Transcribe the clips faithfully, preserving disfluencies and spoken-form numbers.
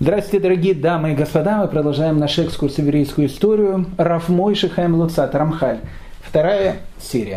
Здравствуйте, дорогие дамы и господа. Мы продолжаем наш экскурс в еврейскую историю. Рав Мойше Хаим Луцат, Рамхаль. Вторая серия.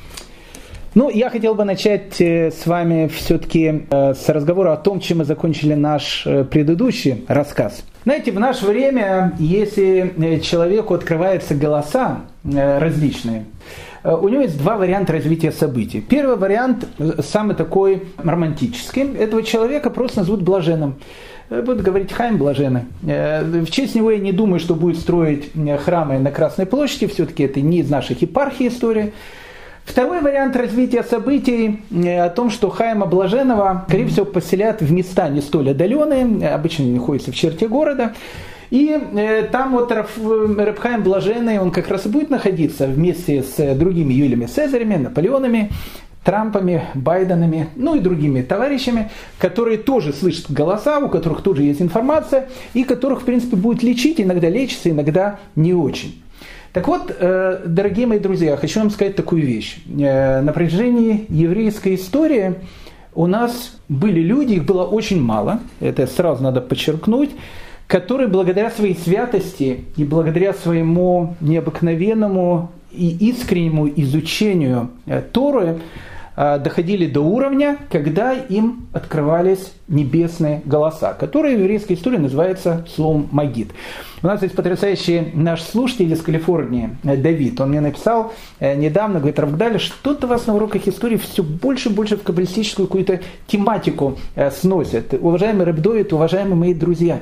Ну, я хотел бы начать с вами все-таки с разговора о том, чем мы закончили наш предыдущий рассказ. Знаете, в наше время, если человеку открываются голоса различные, у него есть два варианта развития событий. Первый вариант, самый такой романтический, этого человека просто назовут блаженным. Будут говорить Хаим блаженный. В честь него я не думаю, что будет строить храмы на Красной площади, все-таки это не из наших епархий история. Второй вариант развития событий о том, что Хаима Блаженного, скорее всего, поселят в места не столь отдаленные, обычно не находятся в черте города. И э, там вот Рав Хаим Блаженный, он как раз и будет находиться вместе с другими Юлиями Цезарями, Наполеонами, Трампами, Байденами, ну и другими товарищами, которые тоже слышат голоса, у которых тоже есть информация, и которых, в принципе, будут лечить, иногда лечится, иногда не очень. Так вот, э, дорогие мои друзья, хочу вам сказать такую вещь. Э, на протяжении еврейской истории у нас были люди, их было очень мало, это сразу надо подчеркнуть, которые благодаря своей святости и благодаря своему необыкновенному и искреннему изучению Торы доходили до уровня, когда им открывались небесные голоса, которые в еврейской истории называются словом «магид». У нас есть потрясающий наш слушатель из Калифорнии, Давид. Он мне написал недавно, говорит: Равгдаль, что-то вас на уроках истории все больше и больше в каббалистическую какую-то тематику сносят. Уважаемый Реб Довид, уважаемые мои друзья,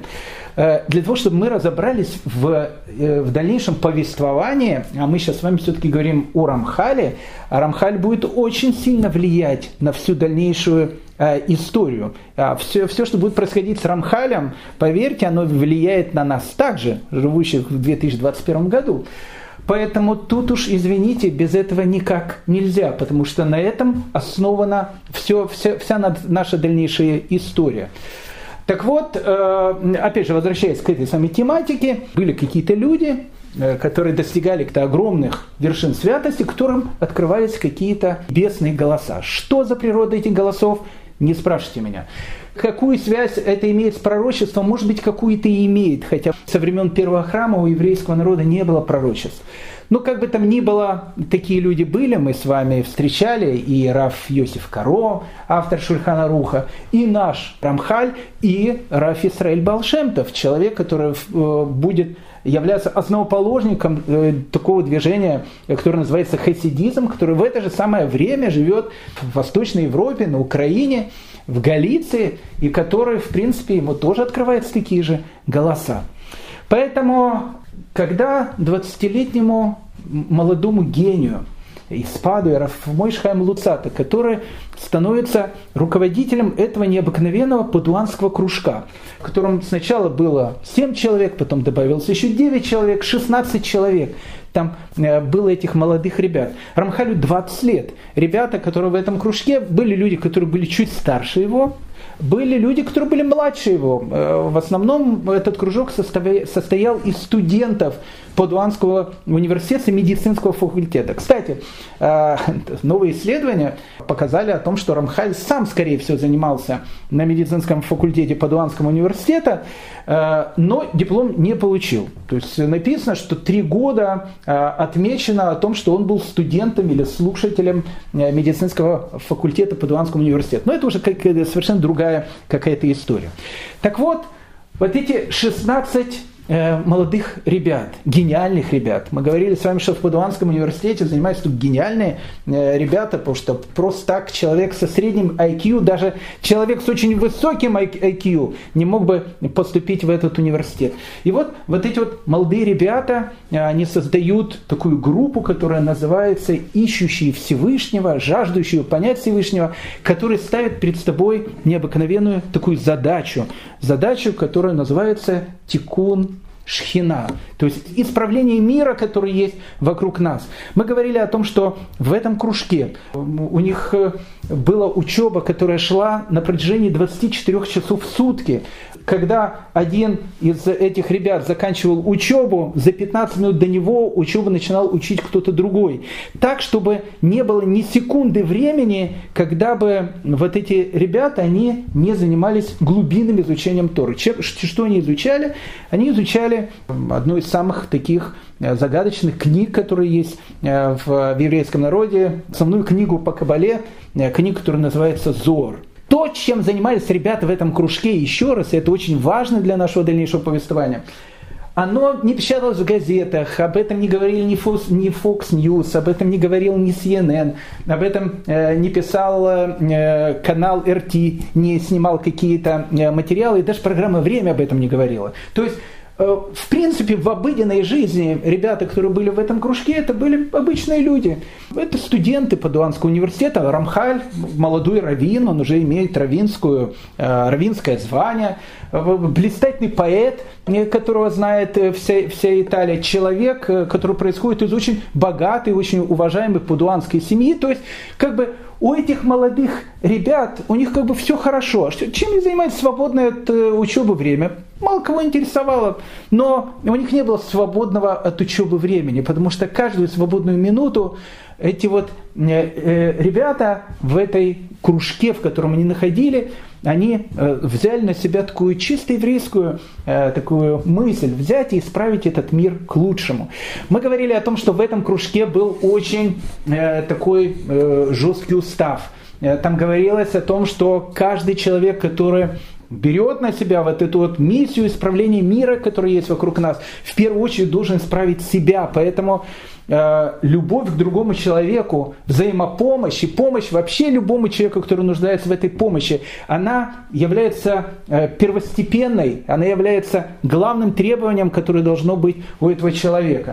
для того, чтобы мы разобрались в, в дальнейшем повествовании, а мы сейчас с вами все-таки говорим о Рамхале, а Рамхаль будет очень сильно влиять на всю дальнейшую э, историю. А все, все, что будет происходить с Рамхалем, поверьте, оно влияет на нас также, живущих в две тысячи двадцать первом году. Поэтому тут уж, извините, без этого никак нельзя, потому что на этом основана все, вся, вся наша дальнейшая история. Так вот, опять же, возвращаясь к этой самой тематике, были какие-то люди, которые достигали каких-то огромных вершин святости, которым открывались какие-то небесные голоса. Что за природа этих голосов? Не спрашивайте меня. Какую связь это имеет с пророчеством? Может быть, какую-то и имеет, хотя со времен первого храма у еврейского народа не было пророчеств. Но как бы там ни было, такие люди были, мы с вами встречали, и Рав Йосиф Каро, автор Шульхан Аруха, и наш Рамхаль, и Рав Исраэль Баал Шем Тов, человек, который будет являться основоположником такого движения, которое называется хасидизм, который в это же самое время живет в Восточной Европе, на Украине, в Галиции, и который, в принципе, ему тоже открываются такие же голоса. Поэтому, когда двадцатилетнему молодому гению из Падуи, Рав Мойше Хаим Луцата, который становится руководителем этого необыкновенного падуанского кружка, в котором сначала было семь человек, потом добавилось еще девять человек, шестнадцать человек. Там было этих молодых ребят. Рамхалю двадцать лет. Ребята, которые в этом кружке, были люди, которые были чуть старше его, были люди, которые были младше его. В основном этот кружок состоял из студентов Падуанского университета, медицинского факультета. Кстати, новые исследования показали о том, что Рамхаль сам, скорее всего, занимался на медицинском факультете Падуанского университета, но диплом не получил. То есть написано, что три года отмечено о том, что он был студентом или слушателем медицинского факультета Падуанского университета. Но это уже совершенно другая какая-то история. Так вот, вот эти шестнадцать молодых ребят, гениальных ребят. Мы говорили с вами, что в Падуанском университете занимаются тут гениальные ребята, потому что просто так человек со средним ай кью, даже человек с очень высоким ай кью не мог бы поступить в этот университет. И вот, вот эти вот молодые ребята, они создают такую группу, которая называется «Ищущие Всевышнего», жаждущие понять Всевышнего, которые ставят перед собой необыкновенную такую задачу, задачу, которая называется «Тикун Шхина», то есть исправление мира, который есть вокруг нас. Мы говорили о том, что в этом кружке у них была учеба, которая шла на протяжении двадцати четырёх часов в сутки. когда один из этих ребят заканчивал учебу, за пятнадцать минут до него учебу начинал учить кто-то другой. Так, чтобы не было ни секунды времени, когда бы вот эти ребята, они не занимались глубинным изучением Торы. Что они изучали? Они изучали одну из самых таких загадочных книг, которые есть в еврейском народе, основную книгу по Кабале, книгу, которая называется «Зоар». То, чем занимались ребята в этом кружке, еще раз, и это очень важно для нашего дальнейшего повествования, оно не печаталось в газетах, об этом не говорили ни Fox, ни Fox News, об этом не говорил ни си эн эн, об этом э, не писал э, канал эр ти, не снимал какие-то э, материалы, и даже программа «Время» об этом не говорила. То есть, в принципе, в обыденной жизни ребята, которые были в этом кружке, это были обычные люди. Это студенты Падуанского университета. Рамхаль, молодой раввин, он уже имеет раввинскую, раввинское звание. Блистательный поэт, которого знает вся, вся Италия. Человек, который происходит из очень богатой, очень уважаемой падуанской семьи. То есть, как бы, у этих молодых ребят, у них как бы все хорошо. Чем они занимаются в свободное от учебы время? Мало кого интересовало, но у них не было свободного от учебы времени, потому что каждую свободную минуту эти вот ребята в этой кружке, в котором они находили, они взяли на себя такую чисто еврейскую такую мысль, взять и исправить этот мир к лучшему. Мы говорили о том, что в этом кружке был очень такой жесткий устав. Там говорилось о том, что каждый человек, который берет на себя вот эту вот миссию исправления мира, который есть вокруг нас, в первую очередь должен исправить себя. Поэтому э, любовь к другому человеку, взаимопомощь и помощь вообще любому человеку, который нуждается в этой помощи, она является э, первостепенной, она является главным требованием, которое должно быть у этого человека.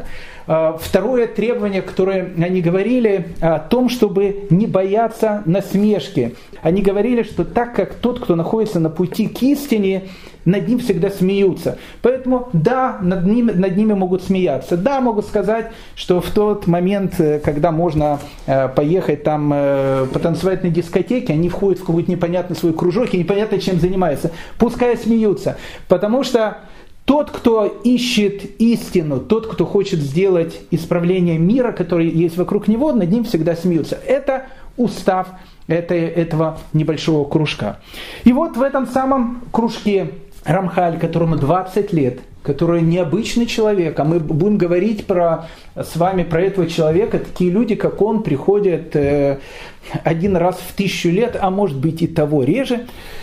Второе требование, которое они говорили, о том, чтобы не бояться насмешки. Они говорили, что так как тот, кто находится на пути к истине, над ним всегда смеются. Поэтому да, над ними, над ними могут смеяться. Да, могут сказать, что в тот момент, когда можно поехать там потанцевать на дискотеке, они входят в какой-то непонятный свой кружок и непонятно чем занимаются. Пускай смеются. Потому что тот, кто ищет истину, тот, кто хочет сделать исправление мира, который есть вокруг него, над ним всегда смеются. Это устав этой, этого небольшого кружка. И вот в этом самом кружке Рамхаль, которому двадцать лет, который необычный человек, а мы будем говорить про, с вами про этого человека, такие люди, как он, приходят э, один раз в тысячу лет, а может быть и того реже.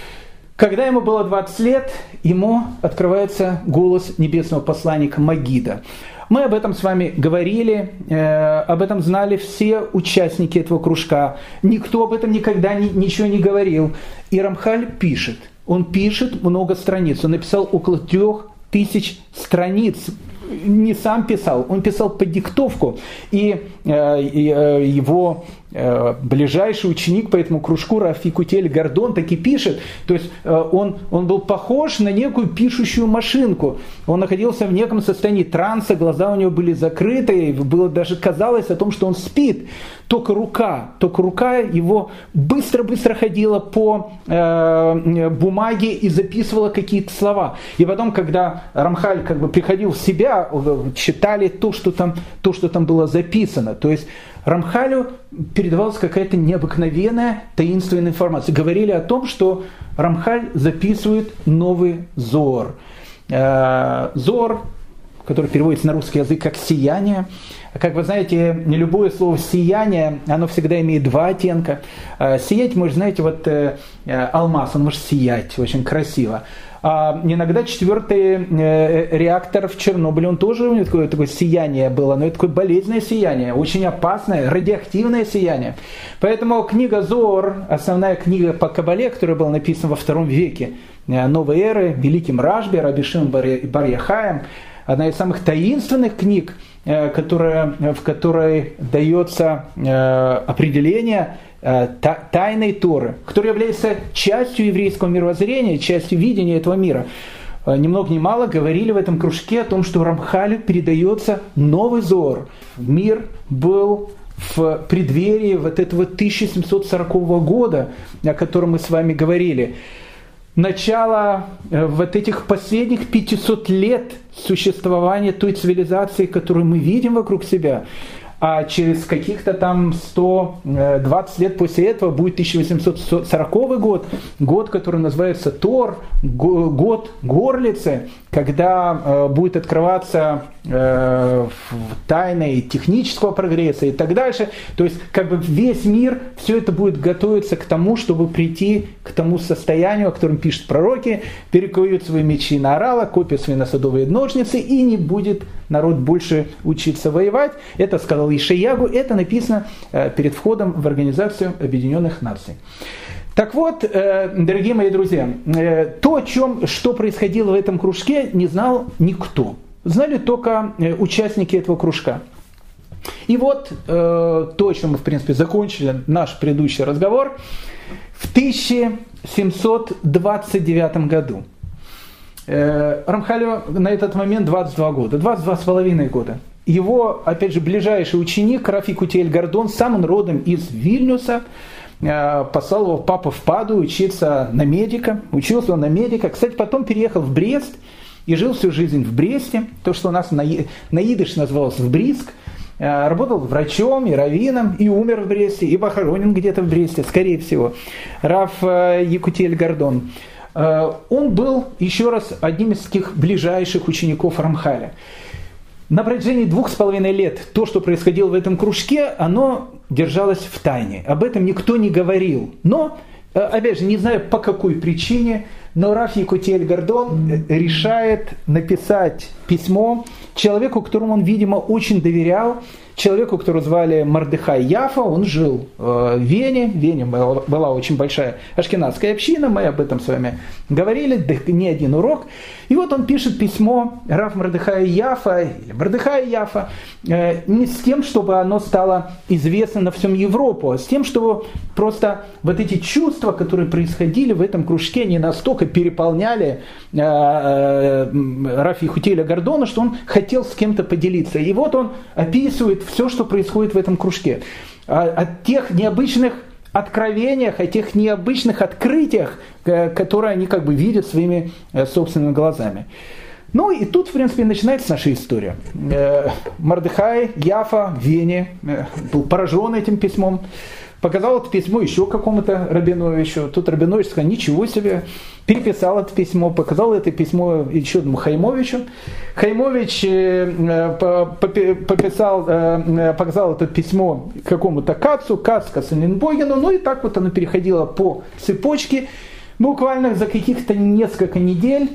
Когда ему было двадцать лет, ему открывается голос небесного посланника Магида. Мы об этом с вами говорили, э, об этом знали все участники этого кружка. Никто об этом никогда ни, ничего не говорил. И Рамхаль пишет. Он пишет много страниц. Он написал около трех тысяч страниц. Не сам писал, он писал под диктовку. И, э, и э, его э, ближайший ученик по этому кружку, Рафи Кутель Гордон, таки пишет. То есть э, он, он был похож на некую пишущую машинку. Он находился в неком состоянии транса, глаза у него были закрыты, было даже казалось о том, что он спит. Только рука, только рука его быстро-быстро ходила по э, бумаге и записывала какие-то слова. И потом, когда Рамхаль как бы приходил в себя, читали то, что там, то, что там было записано. То есть Рамхалю передавалась какая-то необыкновенная таинственная информация. Говорили о том, что Рамхаль записывает новый Зоар. Э, Зоар, который переводится на русский язык как «сияние». Как вы знаете, не любое слово «сияние», оно всегда имеет два оттенка. Сиять, может, знаете, вот э, алмаз, он может сиять очень красиво. А иногда четвертый э, реактор в Чернобыле, он тоже, у него такое, такое сияние было, но это такое болезненное сияние, очень опасное, радиоактивное сияние. Поэтому книга Зоар, основная книга по Кабале, которая была написана во втором веке новой эры, великим Рашби, Раби Шимон бар Йохаем, одна из самых таинственных книг, которая, в которой дается определение тайной Торы, которая является частью еврейского мировоззрения, частью видения этого мира. Ни много ни мало говорили в этом кружке о том, что Рамхалю передается новый Зоар. Мир был в преддверии вот этого тысяча семьсот сорокового года, о котором мы с вами говорили. начало вот этих последних пятисот лет существования той цивилизации, которую мы видим вокруг себя. А через каких-то там сто двадцать лет после этого будет тысяча восемьсот сороковый год, год, который называется Тор, год горлицы, когда будет открываться тайны технического прогресса и так дальше. То есть как бы весь мир, все это будет готовиться к тому, чтобы прийти к тому состоянию, о котором пишут пророки: перекуют свои мечи на орала, копья свои на садовые ножницы, и не будет народ больше учиться воевать. Это сказал Ишайягу, это написано перед входом в Организацию Объединенных Наций. Так вот, дорогие мои друзья, то, о чем, что происходило в этом кружке, не знал никто. Знали только участники этого кружка. И вот то, о чем мы, в принципе, закончили наш предыдущий разговор, в тысяча семьсот двадцать девятом году. Рамхалю на этот момент двадцать два года, двадцать два с половиной года. Его, опять же, ближайший ученик Раф Якутиэль Гордон, сам он родом из Вильнюса, послал его папа в Паду учиться на медика. Учился он на медика. Кстати, потом переехал в Брест и жил всю жизнь в Бресте. То, что у нас на, на идыш называлось в Бриск. Работал врачом и раввином, и умер в Бресте, и похоронен где-то в Бресте, скорее всего. Раф Якутиэль Гордон. Он был, еще раз, одним из таких ближайших учеников Рамхаля. На протяжении двух с половиной лет то, что происходило в этом кружке, оно держалось в тайне. Об этом никто не говорил. Но, опять же, не знаю по какой причине, но Раф Якутиэль Гордон решает написать письмо человеку, которому он, видимо, очень доверял, человеку, которого звали Мордехай Яфа. Он жил в Вене. В Вене была очень большая ашкеназская община, мы об этом с вами говорили, да не один урок. И вот он пишет письмо Рав Мордехаю Яфа, или Мордехаю Яфа, не с тем, чтобы оно стало известно на всем Европу, а с тем, чтобы просто вот эти чувства, которые происходили в этом кружке, они настолько переполняли Рафа Якутиэля Гордона, что он хотел с кем-то поделиться. И вот он описывает все, что происходит в этом кружке. О тех необычных откровениях, о тех необычных открытиях, которые они как бы видят своими собственными глазами. Ну и тут, в принципе, начинается наша история. Мордехай Яфа в Вене был поражен этим письмом. Показал это письмо еще какому-то Рабиновичу. Тут Рабинович сказал: ничего себе. Переписал это письмо, показал это письмо еще одному Хаймовичу. Хаймович пописал, показал это письмо какому-то Кацу, Кац Кацаненбогену. Ну и так вот оно переходило по цепочке. Буквально за каких-то несколько недель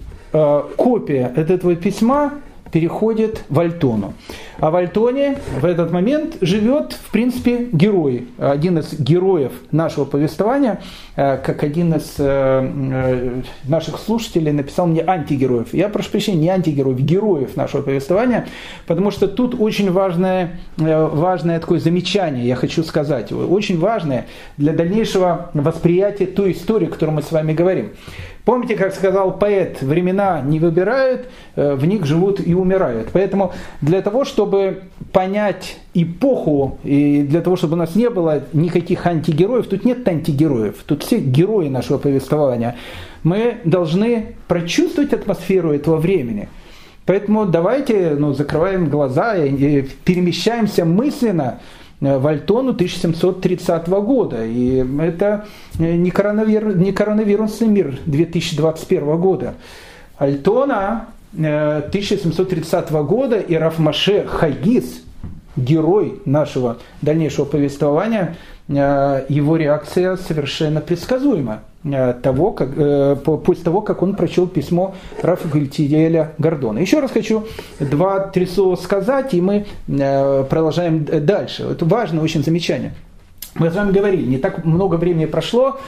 копия этого письма переходит в Альтону. А в Альтоне в этот момент живет, в принципе, герой. Один из героев нашего повествования, как один из наших слушателей написал мне антигероев. Я прошу прощения, не антигероев, героев нашего повествования, потому что тут очень важное, важное такое замечание, я хочу сказать, очень важное для дальнейшего восприятия той истории, о которой мы с вами говорим. Помните, как сказал поэт, времена не выбирают, в них живут и умирают. Поэтому для того, чтобы понять эпоху, и для того, чтобы у нас не было никаких антигероев, тут нет антигероев, тут все герои нашего повествования, мы должны прочувствовать атмосферу этого времени. Поэтому давайте ну, закрываем глаза и перемещаемся мысленно в Альтону тысяча семьсот тридцатого года. И это не, коронавир, не коронавирусный мир две тысячи двадцать первого года. Альтона тысяча семьсот тридцатого года, и Рав Моше Хайгис, герой нашего дальнейшего повествования, его реакция совершенно предсказуема. Того, как, после того, как он прочел письмо Рафа Якутиэля Гордона. Еще раз хочу два-три слова сказать, и мы продолжаем дальше. Это важное очень замечание. Мы с вами говорили, не так много времени прошло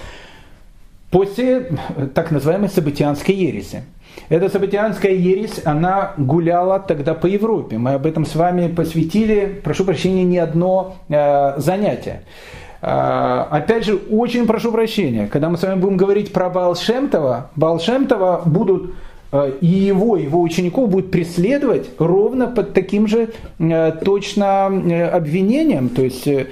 после так называемой событианской ереси. Эта событианская ересь, она гуляла тогда по Европе. Мы об этом с вами посвятили, прошу прощения, не одно э, занятие. Опять же, очень прошу прощения, когда мы с вами будем говорить про Баал Шем Това, Баал Шем Това будут и его, и его учеников будут преследовать ровно под таким же точно обвинением. То есть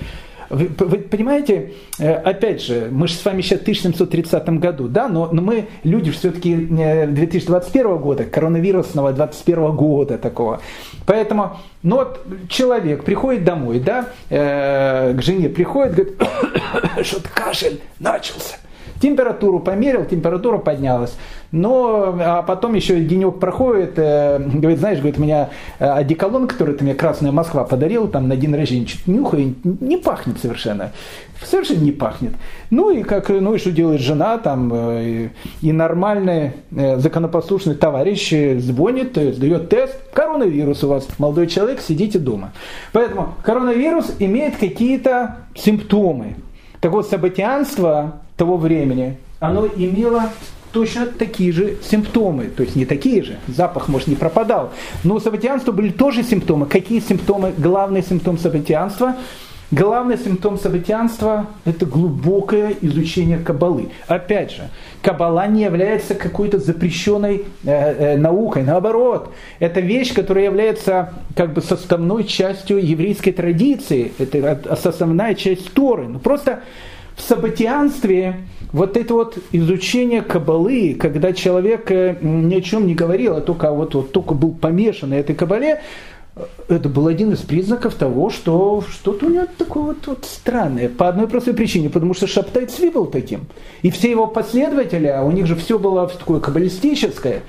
Вы, вы понимаете, опять же, мы же с вами сейчас в тысяча семьсот тридцатом году, да, но, но мы люди все-таки две тысячи двадцать первого года, коронавирусного двадцать первого года такого. Поэтому, ну вот человек приходит домой, да, э, к жене приходит, говорит, что-то кашель начался. Температуру померил, температура поднялась. Но а потом еще денек проходит, э, говорит, знаешь, говорит, у меня одеколон, который ты мне Красная Москва подарил там на день рождения, что-то нюхаю, не пахнет совершенно. Совершенно не пахнет. Ну и как, ну и что делает жена там, э, и нормальный э, законопослушный товарищ звонит, э, сдает тест, коронавирус у вас, молодой человек, сидите дома. Поэтому коронавирус имеет какие-то симптомы. Так вот, событиянство того времени, оно имело точно такие же симптомы, то есть не такие же, запах, может, не пропадал, но у событиянства были тоже симптомы. Какие симптомы? Главный симптом событиянства? Главный симптом событиянства – это глубокое изучение Каббалы. Опять же, Каббала не является какой-то запрещенной э, э, наукой, наоборот, это вещь, которая является как бы составной частью еврейской традиции, это составная часть Торы. Но просто в событиянстве вот это вот изучение Каббалы, когда человек ни о чем не говорил, а только, вот, вот, только был помешан на этой Каббале, это был один из признаков того, что что-то у него такое вот, вот странное. По одной простой причине, потому что Шабтай Цви был таким. И все его последователи, а у них же все было такое каббалистическое,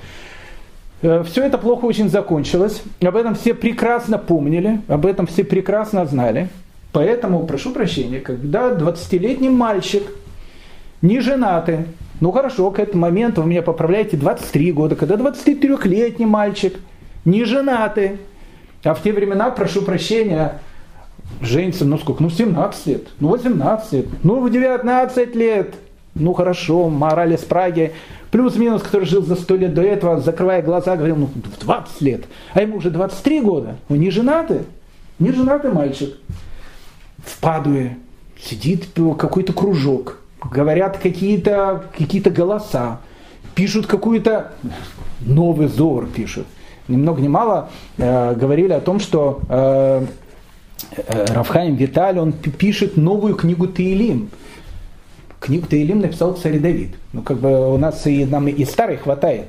все это плохо очень закончилось. Об этом все прекрасно помнили, об этом все прекрасно знали. Поэтому, прошу прощения, когда двадцатилетний мальчик, не женатый, ну хорошо, к этому моменту вы меня поправляете двадцать три года, когда двадцатитрёхлетний мальчик, не женатый, а в те времена, прошу прощения, женится, ну сколько, ну семнадцать лет, ну восемнадцать лет, ну в девятнадцать лет, ну хорошо, мораль из Праги, плюс-минус, который жил за сто лет до этого, закрывая глаза, говорил, ну в двадцать лет, а ему уже двадцать три года, он не женатый, не женатый мальчик. В Падуе сидит какой-то кружок, говорят какие-то, какие-то голоса, пишут какой-то новый зор, пишут. Ни много ни мало э, говорили о том, что э, э, Рав Хаим Виталь, он пишет новую книгу Теилим. Книгу Теилим написал царь Давид. Ну, как бы у нас и, нам и старой хватает.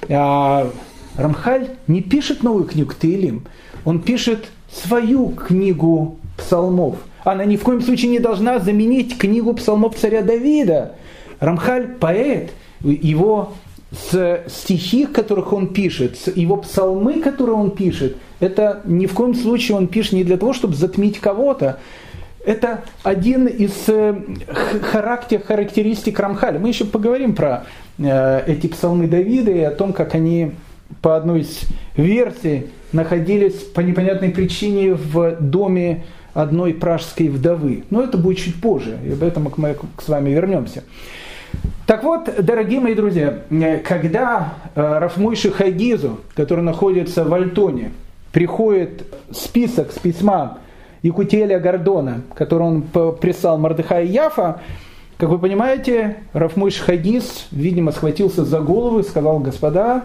А Рамхаль не пишет новую книгу Теилим, он пишет свою книгу псалмов. Она ни в коем случае не должна заменить книгу псалмов царя Давида. Рамхаль поэт, его с стихи, которых он пишет, его псалмы, которые он пишет, это ни в коем случае он пишет не для того, чтобы затмить кого-то. Это один из характер, характеристик Рамхаля. Мы еще поговорим про э, эти псалмы Давида и о том, как они по одной из версий находились по непонятной причине в доме одной пражской вдовы. Но это будет чуть позже, и об этом мы с вами вернемся. Так вот, дорогие мои друзья, когда Рав Мойше Хагизу, который находится в Альтоне, приходит список с письма Якутиэля Гордона, который он прислал Мордехаю Яфа, как вы понимаете, Рав Мойше Хагиз, видимо, схватился за голову и сказал: господа,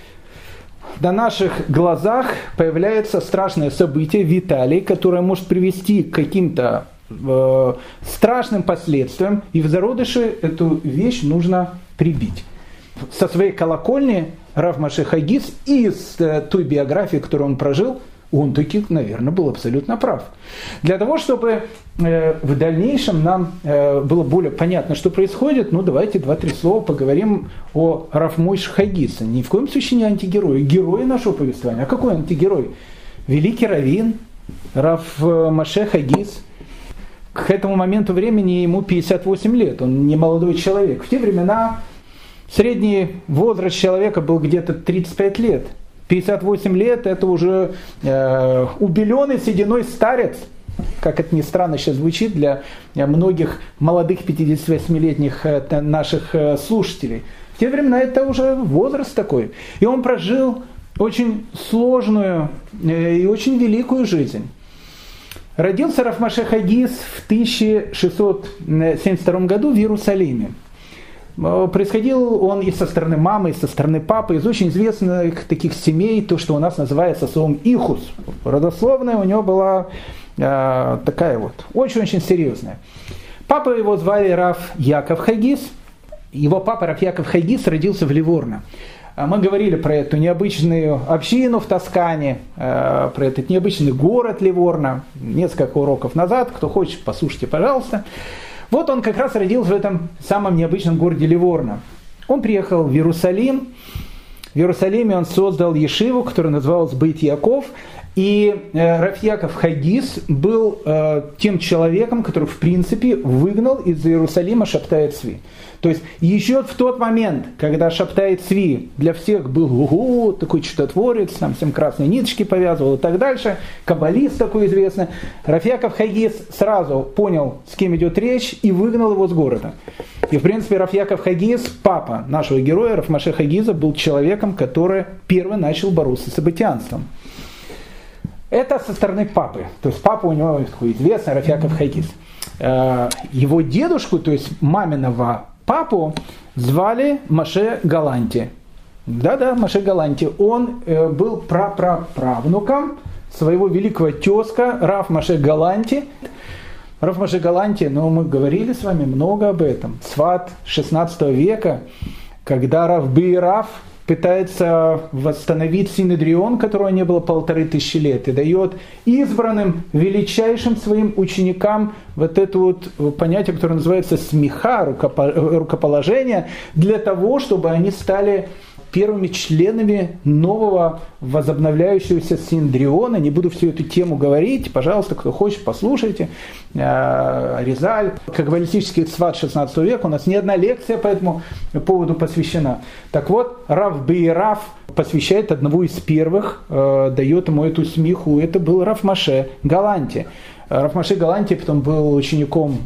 на наших глазах появляется страшное событие в Италии, которое может привести к каким-то э, страшным последствиям, и в зародыше эту вещь нужно прибить. Со своей колокольни Рав Моше Хагиз из э, той биографии, которую он прожил, он таки, наверное, был абсолютно прав. Для того, чтобы э, в дальнейшем нам э, было более понятно, что происходит, ну давайте два-три слова поговорим о Рав Мойше Хагизе. Ни в коем случае не антигерой, герой нашего повествования. А какой антигерой? Великий раввин Рав Моше Хагиз. К этому моменту времени ему пятьдесят восемь лет, он не молодой человек. В те времена средний возраст человека был где-то тридцать пять лет. пятьдесят восемь лет это уже э, убеленный сединой старец, как это ни странно сейчас звучит для многих молодых пятидесятивосьмилетних э, наших э, слушателей. В те времена это уже возраст такой. И он прожил очень сложную э, и очень великую жизнь. Родился Рав Моше Хагиз в тысяча шестьсот семьдесят втором году в Иерусалиме. Происходил он и со стороны мамы, и со стороны папы, из очень известных таких семей, то, что у нас называется словом Ихус. Родословная у него была э, такая вот, очень-очень серьезная. Папа его звали Рав Яков Хагис. Его папа Рав Яков Хагис родился в Ливорно. Мы говорили про эту необычную общину в Тоскане, э, про этот необычный город Ливорно несколько уроков назад. Кто хочет, послушайте, пожалуйста. Вот он как раз родился в этом самом необычном городе Ливорно. Он приехал в Иерусалим. В Иерусалиме он создал ешиву, которая называлась Бейт Яков. И э, Рав Яков Хагис был э, тем человеком, который в принципе выгнал из Иерусалима Шабтай Цви. То есть еще в тот момент, когда Шабтай Цви для всех был ого, такой чудотворец, там всем красные ниточки повязывал и так дальше, каббалист такой известный, Рав Яков Хагис сразу понял, с кем идет речь, и выгнал его с города. И в принципе Рав Яков Хагис, папа нашего героя, Рав Моше Хагиза, был человеком, который первый начал бороться с событианством. Это со стороны папы. То есть папа у него такой известный, Рав Яков Хагис. Его дедушку, то есть маминого папу, звали Моше Галанти. Да-да, Моше Галанти. Он был прапраправнуком своего великого тезка Рав Моше Галанти. Рав Моше Галанти, ну мы говорили с вами много об этом. Цфат шестнадцатого века, когда Рав Бейрав пытается восстановить Синедрион, которого не было полторы тысячи лет, и дает избранным, величайшим своим ученикам вот это вот понятие, которое называется смеха, рукоположение, для того, чтобы они стали первыми членами нового возобновляющегося Синедриона. Не буду всю эту тему говорить, пожалуйста, кто хочет, послушайте. Резаль, каббалистический цфат шестнадцатого века, у нас ни одна лекция по этому поводу посвящена. Так вот, Рав Бейрав посвящает одного из первых, дает ему эту смеху, это был Рав Моше Галанти. Рав Моше Галанти потом был учеником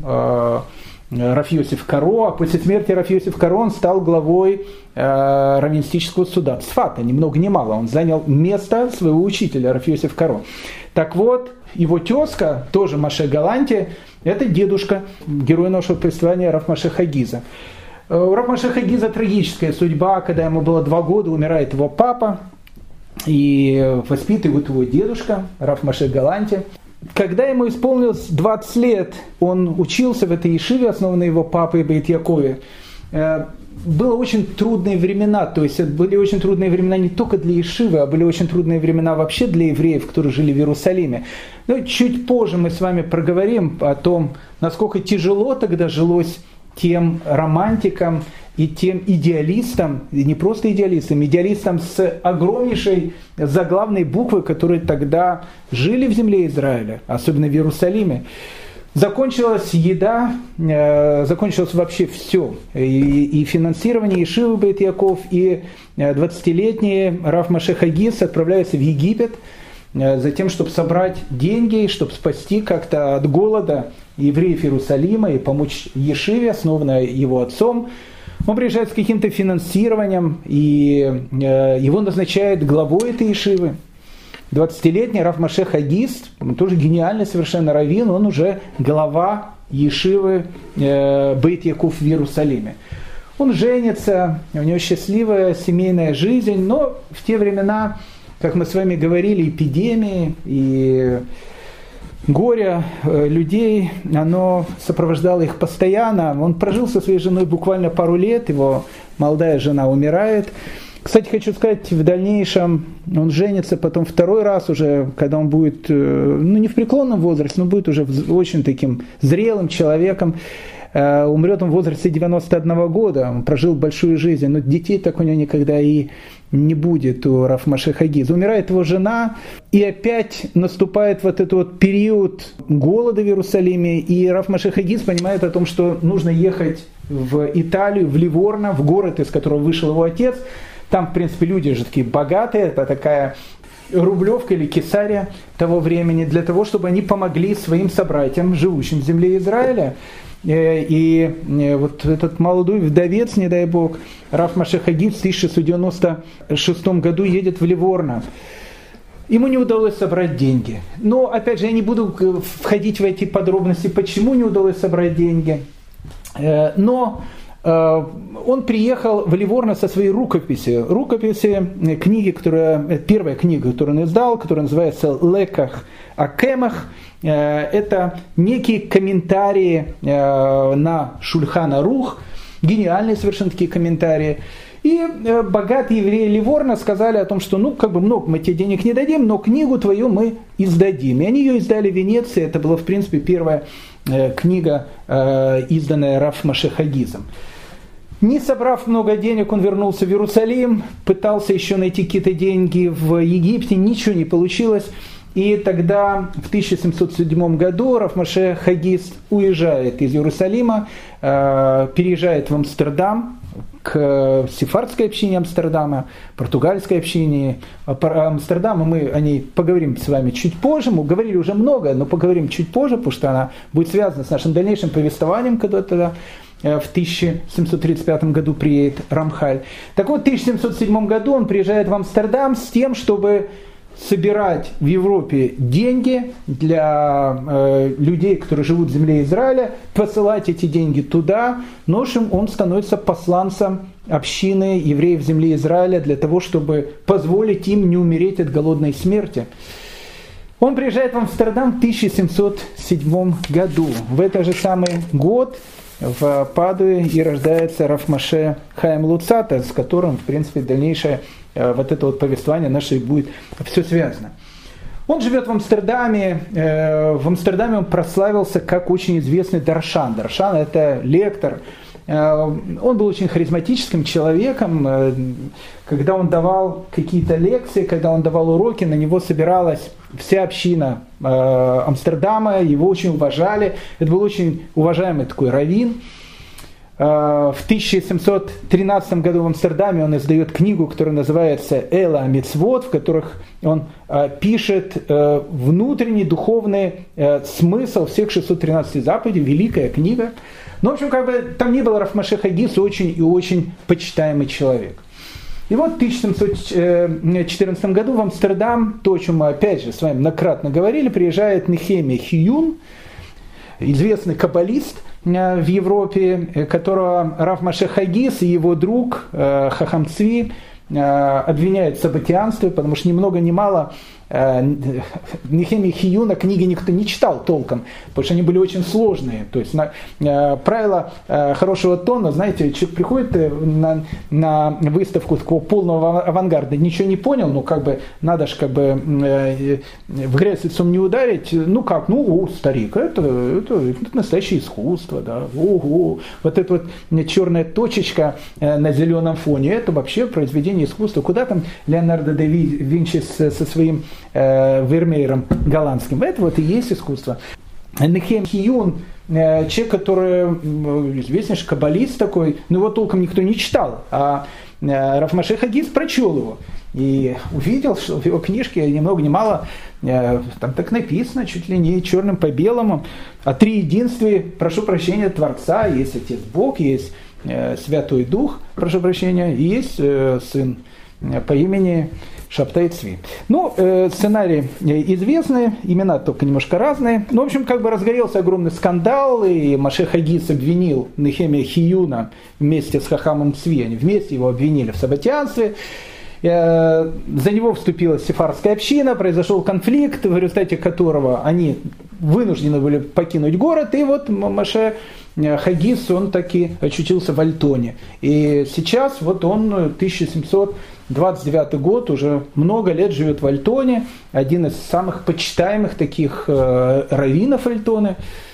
Рав Йосеф Каро, а после смерти Рав Йосеф Каро он стал главой э, раввинистического суда Цфата, ни много ни мало, он занял место своего учителя Рав Йосеф Каро. Так вот, его тезка, тоже Моше Галанти, это дедушка героя нашего повествования Рав Моше Хагиза. У Рав Моше Хагиза трагическая судьба, когда ему было два года, умирает его папа, и воспитывает его дедушка Рав Моше Галанти. Когда ему исполнилось двадцать лет, он учился в этой ешиве, основанной его папой Бейт Якове. Было очень трудные времена, то есть это были очень трудные времена не только для ешивы, а были очень трудные времена вообще для евреев, которые жили в Иерусалиме. Но чуть позже мы с вами проговорим о том, насколько тяжело тогда жилось тем романтикам и тем идеалистам, и не просто идеалистам, идеалистам с огромнейшей заглавной буквы, которые тогда жили в земле Израиля, особенно в Иерусалиме. Закончилась еда, э, закончилось вообще все. И, и финансирование ешивы Бейт Яков, и двадцатилетний Рав Моше Хагис отправляется в Египет э, за тем, чтобы собрать деньги, чтобы спасти как-то от голода евреев Иерусалима и помочь ешиве, основанной его отцом. Он приезжает с каким-то финансированием, и э, его назначают главой этой ешивы. двадцатилетний Рав Моше Хагис, тоже гениальный совершенно раввин, он уже глава ешивы э, Бейт Яков в Иерусалиме. Он женится, у него счастливая семейная жизнь, но в те времена, как мы с вами говорили, эпидемии и горе людей, оно сопровождало их постоянно. Он прожил со своей женой буквально пару лет, его молодая жена умирает. Кстати, хочу сказать, в дальнейшем он женится потом второй раз уже, когда он будет, ну не в преклонном возрасте, но будет уже очень таким зрелым человеком. Умрет он в возрасте девяноста одного года, он прожил большую жизнь, но детей так у него никогда и не будет у Рав Моше Хагиза. Умирает его жена, и опять наступает вот этот вот период голода в Иерусалиме, и Рав Моше Хагиз понимает о том, что нужно ехать в Италию, в Ливорно, в город, из которого вышел его отец. Там, в принципе, люди же такие богатые, это такая Рублевка или Кесария того времени, для того, чтобы они помогли своим собратьям, живущим в земле Израиля. И вот этот молодой вдовец, не дай бог, Рав Моше Хагис в тысяча шестьсот девяносто шестом году едет в Ливорно. Ему не удалось собрать деньги. Но, опять же, я не буду входить в эти подробности, почему не удалось собрать деньги. Но он приехал в Ливорно со своей рукописью. Рукописи книги, которая, первая книга, которую он издал, которая называется «Леках о Кемах». Это некие комментарии на Шульхан Арух, гениальные совершенно такие комментарии. И богатые евреи Ливорно сказали о том, что ну как бы много мы тебе денег не дадим, но книгу твою мы издадим. И они ее издали в Венеции. Это была в принципе первая книга, изданная Рав Моше Хагизом. Не собрав много денег, он вернулся в Иерусалим, пытался еще найти какие-то деньги в Египте, ничего не получилось. И тогда в тысяча семьсот седьмом году Рав Моше Хагиз уезжает из Иерусалима, переезжает в Амстердам, к сефардской общине Амстердама, португальской общине Амстердама. Мы о ней поговорим с вами чуть позже. Мы говорили уже много, но поговорим чуть позже, потому что она будет связана с нашим дальнейшим повествованием, когда тогда в тысяча семьсот тридцать пятом году приедет Рамхаль. Так вот, в тысяча семьсот седьмом году он приезжает в Амстердам с тем, чтобы собирать в Европе деньги для э, людей, которые живут в земле Израиля, посылать эти деньги туда. Но, в общем, он становится посланцем общины евреев в земле Израиля для того, чтобы позволить им не умереть от голодной смерти. Он приезжает в Амстердам в тысяча семьсот седьмом году. В этот же самый год в Падуе и рождается Рав Моше Хаим Луцата, с которым, в принципе, дальнейшее вот это вот повествование наше будет все связано. Он живет в Амстердаме. В Амстердаме он прославился как очень известный даршан. Даршан – это лектор. Он был очень харизматическим человеком. Когда он давал какие-то лекции, когда он давал уроки, на него собиралась вся община Амстердама, его очень уважали. Это был очень уважаемый такой раввин. В тысяча семьсот тринадцатом году в Амстердаме он издает книгу, которая называется «Эла Мицвот», в которых он пишет внутренний духовный смысл всех шестисот тринадцати заповедей, великая книга. Но, в общем, как бы там ни было, Рав Моше Хагиз очень и очень почитаемый человек. И вот в тысяча семьсот четырнадцатом году в Амстердам, то, о чем мы опять же с вами многократно говорили, приезжает Нехемия Хиюн, известный каббалист в Европе, которого Рав Моше Хагиз и его друг Хахам Цви обвиняют в собатианстве, потому что ни много ни мало Нехемия Хиюна книги никто не читал толком, потому что они были очень сложные. То есть на, правило хорошего тона, знаете, человек приходит на, на выставку такого полного авангарда, ничего не понял, ну как бы надо же как бы в грязь лицом не ударить, ну как, ну о, старик, это, это, это настоящее искусство, да, ого, вот эта вот черная точечка на зеленом фоне, это вообще произведение искусства. Куда там Леонардо да Винчи со своим Вермеером голландским. Это вот и есть искусство. Нехемия Хиюн, человек, который известнейший каббалист такой, но его толком никто не читал. А Рав Моше Хагиз прочел его и увидел, что в его книжке ни много ни мало, там так написано, чуть ли не черным по белому, о триединстве, прошу прощения, Творца, есть Отец Бог, есть Святой Дух, прошу прощения, и есть Сын по имени Шабтай Цви. Ну, э, сценарии известны, имена только немножко разные. Ну, в общем, как бы разгорелся огромный скандал, и Моше Хагиз обвинил Нехемия Хиюна вместе с Хахамом Цви, они вместе его обвинили в собатианстве. Э, за него вступила сефардская община, произошел конфликт, в результате которого они вынуждены были покинуть город, и вот Моше Хагиз, он таки очутился в Альтоне. И сейчас вот он тысяча семьсот двадцать девятый год, уже много лет живет в Альтоне, один из самых почитаемых таких э, раввинов Альтоны.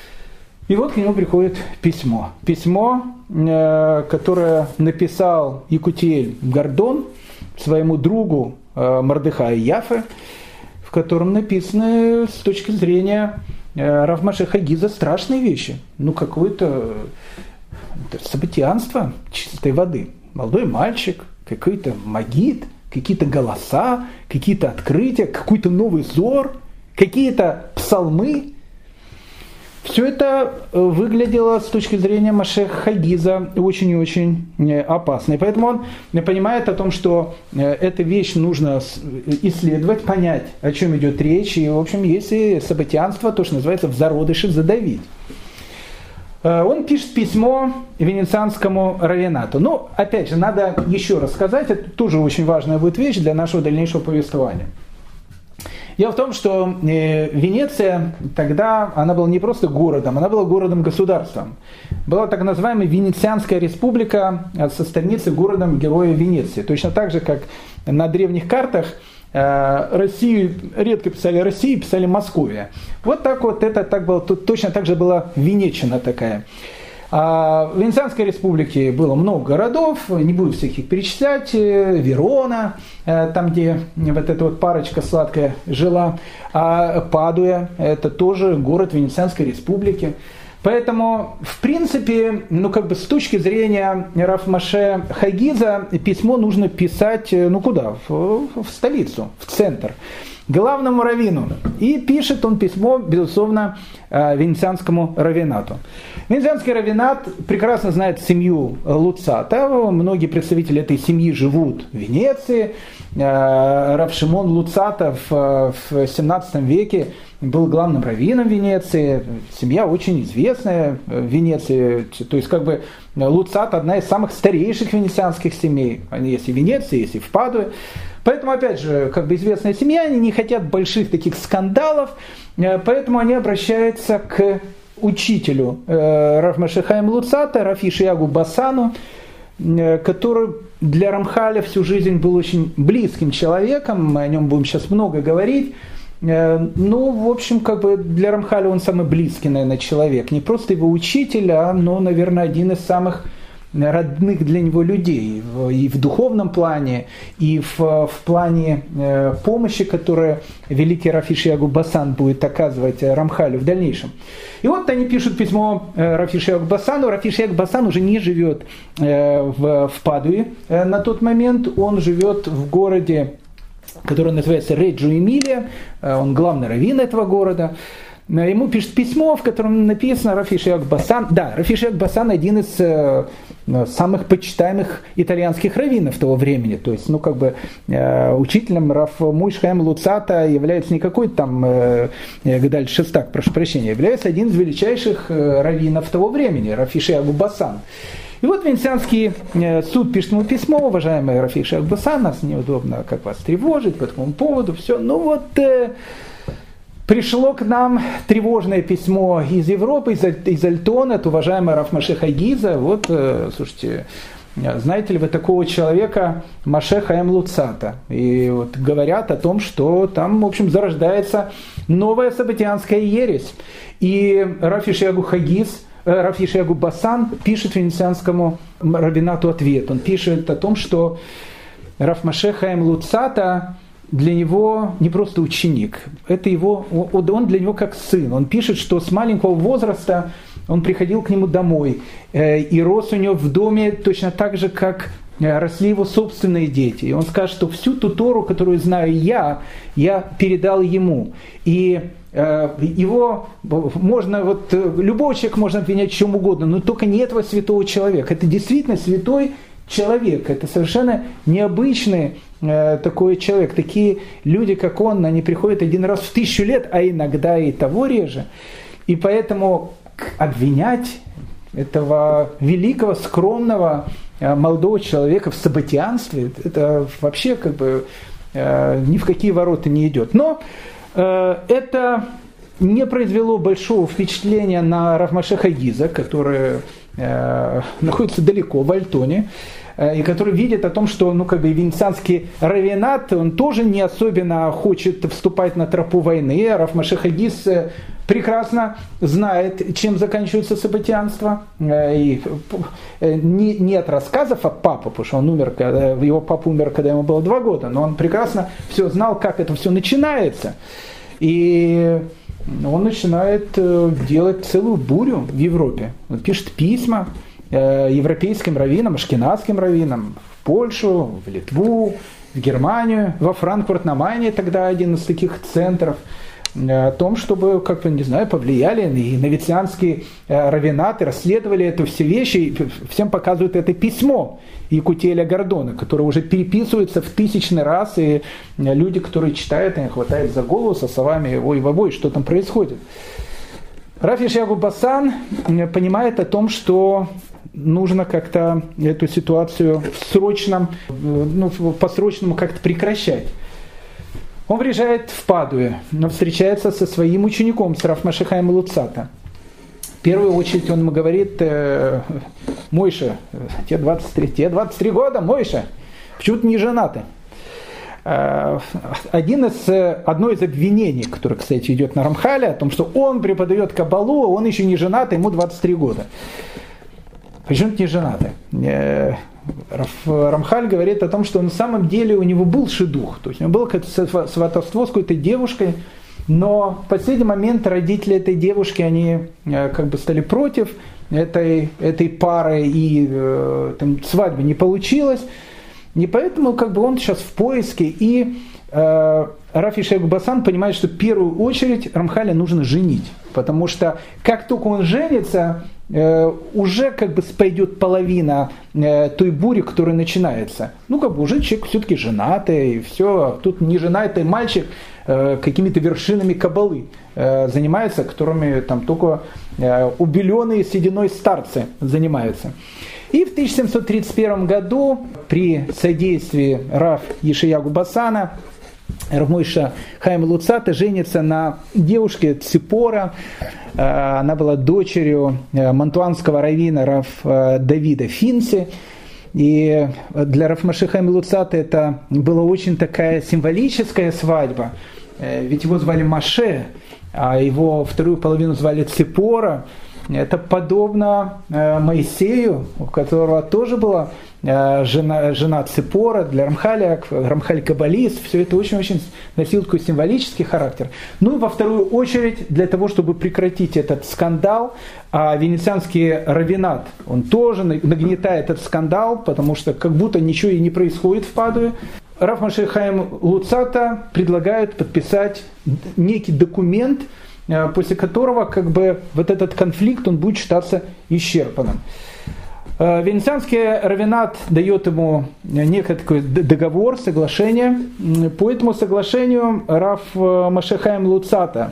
И вот к нему приходит письмо. Письмо, э, которое написал Якутиэль Гордон своему другу э, Мордехаю Яфе, в котором написаны с точки зрения э, Рав Моше Хагиза страшные вещи. Ну, какое-то собатианство чистой воды. Молодой мальчик, какой-то магит, какие-то голоса, какие-то открытия, какой-то новый зор, какие-то псалмы. Все это выглядело с точки зрения Моше Хагиза очень и очень опасно. И поэтому он понимает о том, что эту вещь нужно исследовать, понять, о чем идет речь. И, в общем, если собатианство, то, что называется, в зародыше задавить. Он пишет письмо венецианскому раввинату. Ну, опять же, надо еще раз сказать, это тоже очень важная будет вещь для нашего дальнейшего повествования. Дело в том, что Венеция тогда, она была не просто городом, она была городом-государством. Была так называемая Венецианская республика со столицей городом Героя Венеции. Точно так же, как на древних картах Россию, редко писали Россию, писали Московия. Вот так вот это так было, тут точно так же была Венечина такая. А в Венецианской республике было много городов, не буду всех их перечислять, Верона, там где вот эта вот парочка сладкая жила, а Падуя, это тоже город Венецианской республики. Поэтому, в принципе, ну как бы с точки зрения Рав Моше Хагиза, письмо нужно писать, ну куда? В, в столицу, в центр, главному раввину. И пишет он письмо, безусловно, венецианскому раввинату. Венецианский раввинат прекрасно знает семью Луцата. Многие представители этой семьи живут в Венеции. Рав Шимон Луцата в семнадцатом веке был главным раввином Венеции. Семья очень известная в Венеции. То есть, как бы, Луцат одна из самых старейших венецианских семей. Они есть и в Венеции, есть и в Падуе. Поэтому, опять же, как бы известная семья, они не хотят больших таких скандалов, поэтому они обращаются к учителю э, Рав Моше Хаим Луцата, Рав Йешиягу Басану, э, который для Рамхаля всю жизнь был очень близким человеком, мы о нем будем сейчас много говорить. Э, ну, в общем, как бы для Рамхаля он самый близкий, наверное, человек. Не просто его учитель, а, ну, наверное, один из самых родных для него людей и в духовном плане, и в, в плане э, помощи, которую великий Рав Йешиягу Басан будет оказывать Рамхалю в дальнейшем. И вот они пишут письмо э, Рав Йешиягу Басану. Рав Йешиягу Басан уже не живет э, в, в Падуе э, на тот момент, он живет в городе, который называется Реджо Эмилия, э, он главный раввин этого города. Ему пишет письмо, в котором написано Рав Йешиягу Басан. Да, Рав Йешиягу Басан один из э, самых почитаемых итальянских раввинов того времени. То есть, ну, как бы, э, учителем Рав Моше Хаим Луцата является не какой-то там э, Гдаль Шестак, прошу прощения, является один из величайших э, раввинов того времени, Рав Йешиягу Басан. И вот Венецианский э, суд пишет ему письмо: уважаемый Рав Йешиягу Басан, нас неудобно как вас тревожить по такому поводу, все. Ну вот... Э, Пришло к нам тревожное письмо из Европы, из, из Альтона, от уважаемого Рав Моше Хагиза. Вот, э, слушайте, знаете ли вы такого человека Моше Хаим Луцата? И вот говорят о том, что там, в общем, зарождается новая событианская ересь. И Рав Йешиягу Хагиз, э, Рав Йешиягу Басан пишет венецианскому раввинату ответ. Он пишет о том, что Рав Моше Хаим Луцата для него не просто ученик, это его, он для него как сын. Он пишет, что с маленького возраста он приходил к нему домой и рос у него в доме точно так же, как росли его собственные дети. И он скажет, что всю ту Тору, которую знаю я, я передал ему. И его можно, вот любого человека можно обвинять в чем угодно, но только не этого святого человека. Это действительно святой человек, это совершенно необычный э, такой человек. Такие люди, как он, они приходят один раз в тысячу лет, а иногда и того реже. И поэтому обвинять этого великого, скромного, э, молодого человека в событианстве, это вообще как бы э, ни в какие ворота не идет. Но э, это не произвело большого впечатления на Рав Моше Хагиза, который э, находится далеко, в Альтоне, э, и который видит о том, что, ну, как бы, венецианский раввинат, он тоже не особенно хочет вступать на тропу войны. Рав Моше Хагиз э, прекрасно знает, чем заканчивается событианство. Э, и, э, не, не от рассказов от папы, потому что он умер, когда, его папа умер, когда ему было два года, но он прекрасно все знал, как это все начинается. И он начинает делать целую бурю в Европе. Он пишет письма европейским раввинам, ашкеназским раввинам в Польшу, в Литву, в Германию, во Франкфурт-на-Майне, тогда один из таких центров, о том, чтобы, как бы, не знаю, повлияли и на венецианские раввинаты, расследовали эту все вещи, и всем показывают это письмо Якутиэля Гордона, которое уже переписывается в тысячный раз, и люди, которые читают, им хватает за голову со словами «Ой, вовой, что там происходит?». Рав Йешаяху Басан понимает о том, что нужно как-то эту ситуацию в срочном, ну, по-срочному как-то прекращать. Он приезжает в Падуе, но встречается со своим учеником, с Рав Моше Хаимом Луцата. В первую очередь он ему говорит: Мойша, тебе двадцать три, тебе двадцать три года, Мойша, почему ты не женатый? Один из, одно из обвинений, которое, кстати, идет на Рамхале, о том, что он преподает Кабалу, он еще не женат, ему двадцать три года. Почему ты не женатый? Рамхаль говорит о том, что на самом деле у него был шидух, то есть у него было какое-то сватовство с какой-то девушкой, но в последний момент родители этой девушки, они как бы стали против этой, этой пары, и там, свадьба не получилась. И поэтому как бы он сейчас в поиске, и э, Рав Йешаяху Басан понимает, что в первую очередь Рамхаля нужно женить, потому что как только он женится, э, уже как бы пойдет половина э, той бури, которая начинается. Ну как бы уже человек все-таки женатый, и все, тут не женатый мальчик э, какими-то вершинами кабалы э, занимается, которыми там только э, убеленные сединой старцы занимаются. И в тысяча семьсот тридцать первом году при содействии Рав Йешаяху Басана Рав Моше Хаим Луцата женится на девушке Ципора. Она была дочерью мантуанского раввина Рав Давида Финси. И для Рав Моше Хаима Луцата это была очень такая символическая свадьба. Ведь его звали Моше, а его вторую половину звали Ципора. Это подобно э, Моисею, у которого тоже была э, жена, жена Ципора. Для Рамхаля, Рамхаль каббалист, все это очень-очень носило такой символический характер. Ну и во вторую очередь, для того, чтобы прекратить этот скандал, а венецианский раввинат, он тоже нагнетает этот скандал, потому что как будто ничего и не происходит в Падуе. Рав Моше Хаим Луцата предлагает подписать некий документ, после которого как бы вот этот конфликт он будет считаться исчерпанным. Венецианский раввинат дает ему некий такой договор, соглашение. По этому соглашению Рав Моше Хаим Луцата,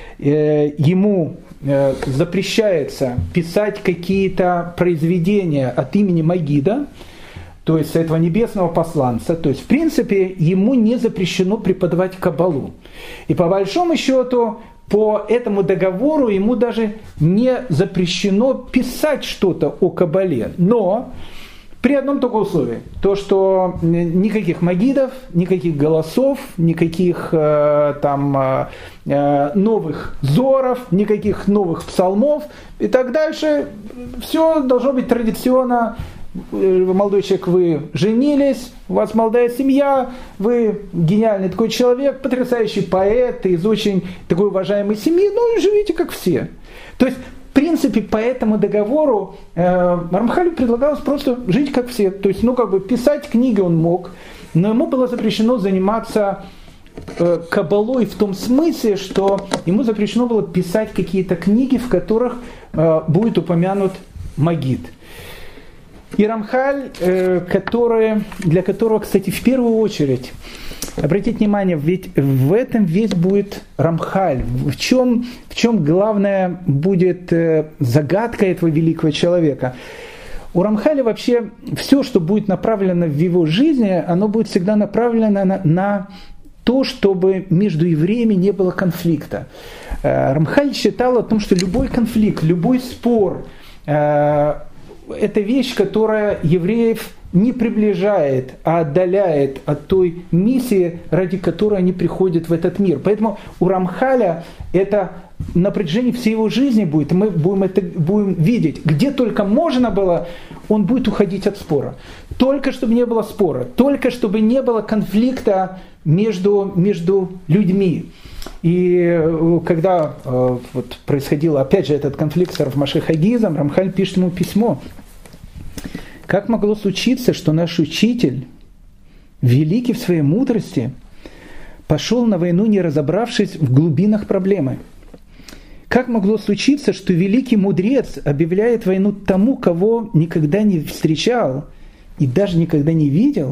ему запрещается писать какие-то произведения от имени Магида, то есть этого небесного посланца. То есть в принципе ему не запрещено преподавать кабалу. И по большому счету по этому договору ему даже не запрещено писать что-то о кабале. Но при одном только условии. То, что никаких магидов, никаких голосов, никаких э, там, э, новых зоров, никаких новых псалмов и так дальше. Все должно быть традиционно. Молодой человек, вы женились, у вас молодая семья, вы гениальный такой человек, потрясающий поэт, из очень такой уважаемой семьи, ну и живите как все. То есть, в принципе, по этому договору э, Рамхалю предлагалось просто жить как все. То есть, ну как бы писать книги он мог, но ему было запрещено заниматься э, кабалой в том смысле, что ему запрещено было писать какие-то книги, в которых э, будет упомянут Магид. И Рамхаль, который, для которого, кстати, в первую очередь, обратите внимание, ведь в этом весь будет Рамхаль. В чем, в чем главная будет загадка этого великого человека? У Рамхаля вообще все, что будет направлено в его жизни, оно будет всегда направлено на, на то, чтобы между евреями не было конфликта. Рамхаль считал о том, что любой конфликт, любой спор, это вещь, которая евреев не приближает, а отдаляет от той миссии, ради которой они приходят в этот мир. Поэтому у Рамхаля это на протяжении всей его жизни будет. Мы будем это будем видеть. Где только можно было, он будет уходить от спора. Только чтобы не было спора, только чтобы не было конфликта между, между людьми. И когда э, вот, происходил опять же этот конфликт с Рав Моше Хагизом, Рамхаль пишет ему письмо. Как могло случиться, что наш учитель, великий в своей мудрости, пошел на войну, не разобравшись в глубинах проблемы? Как могло случиться, что великий мудрец объявляет войну тому, кого никогда не встречал и даже никогда не видел?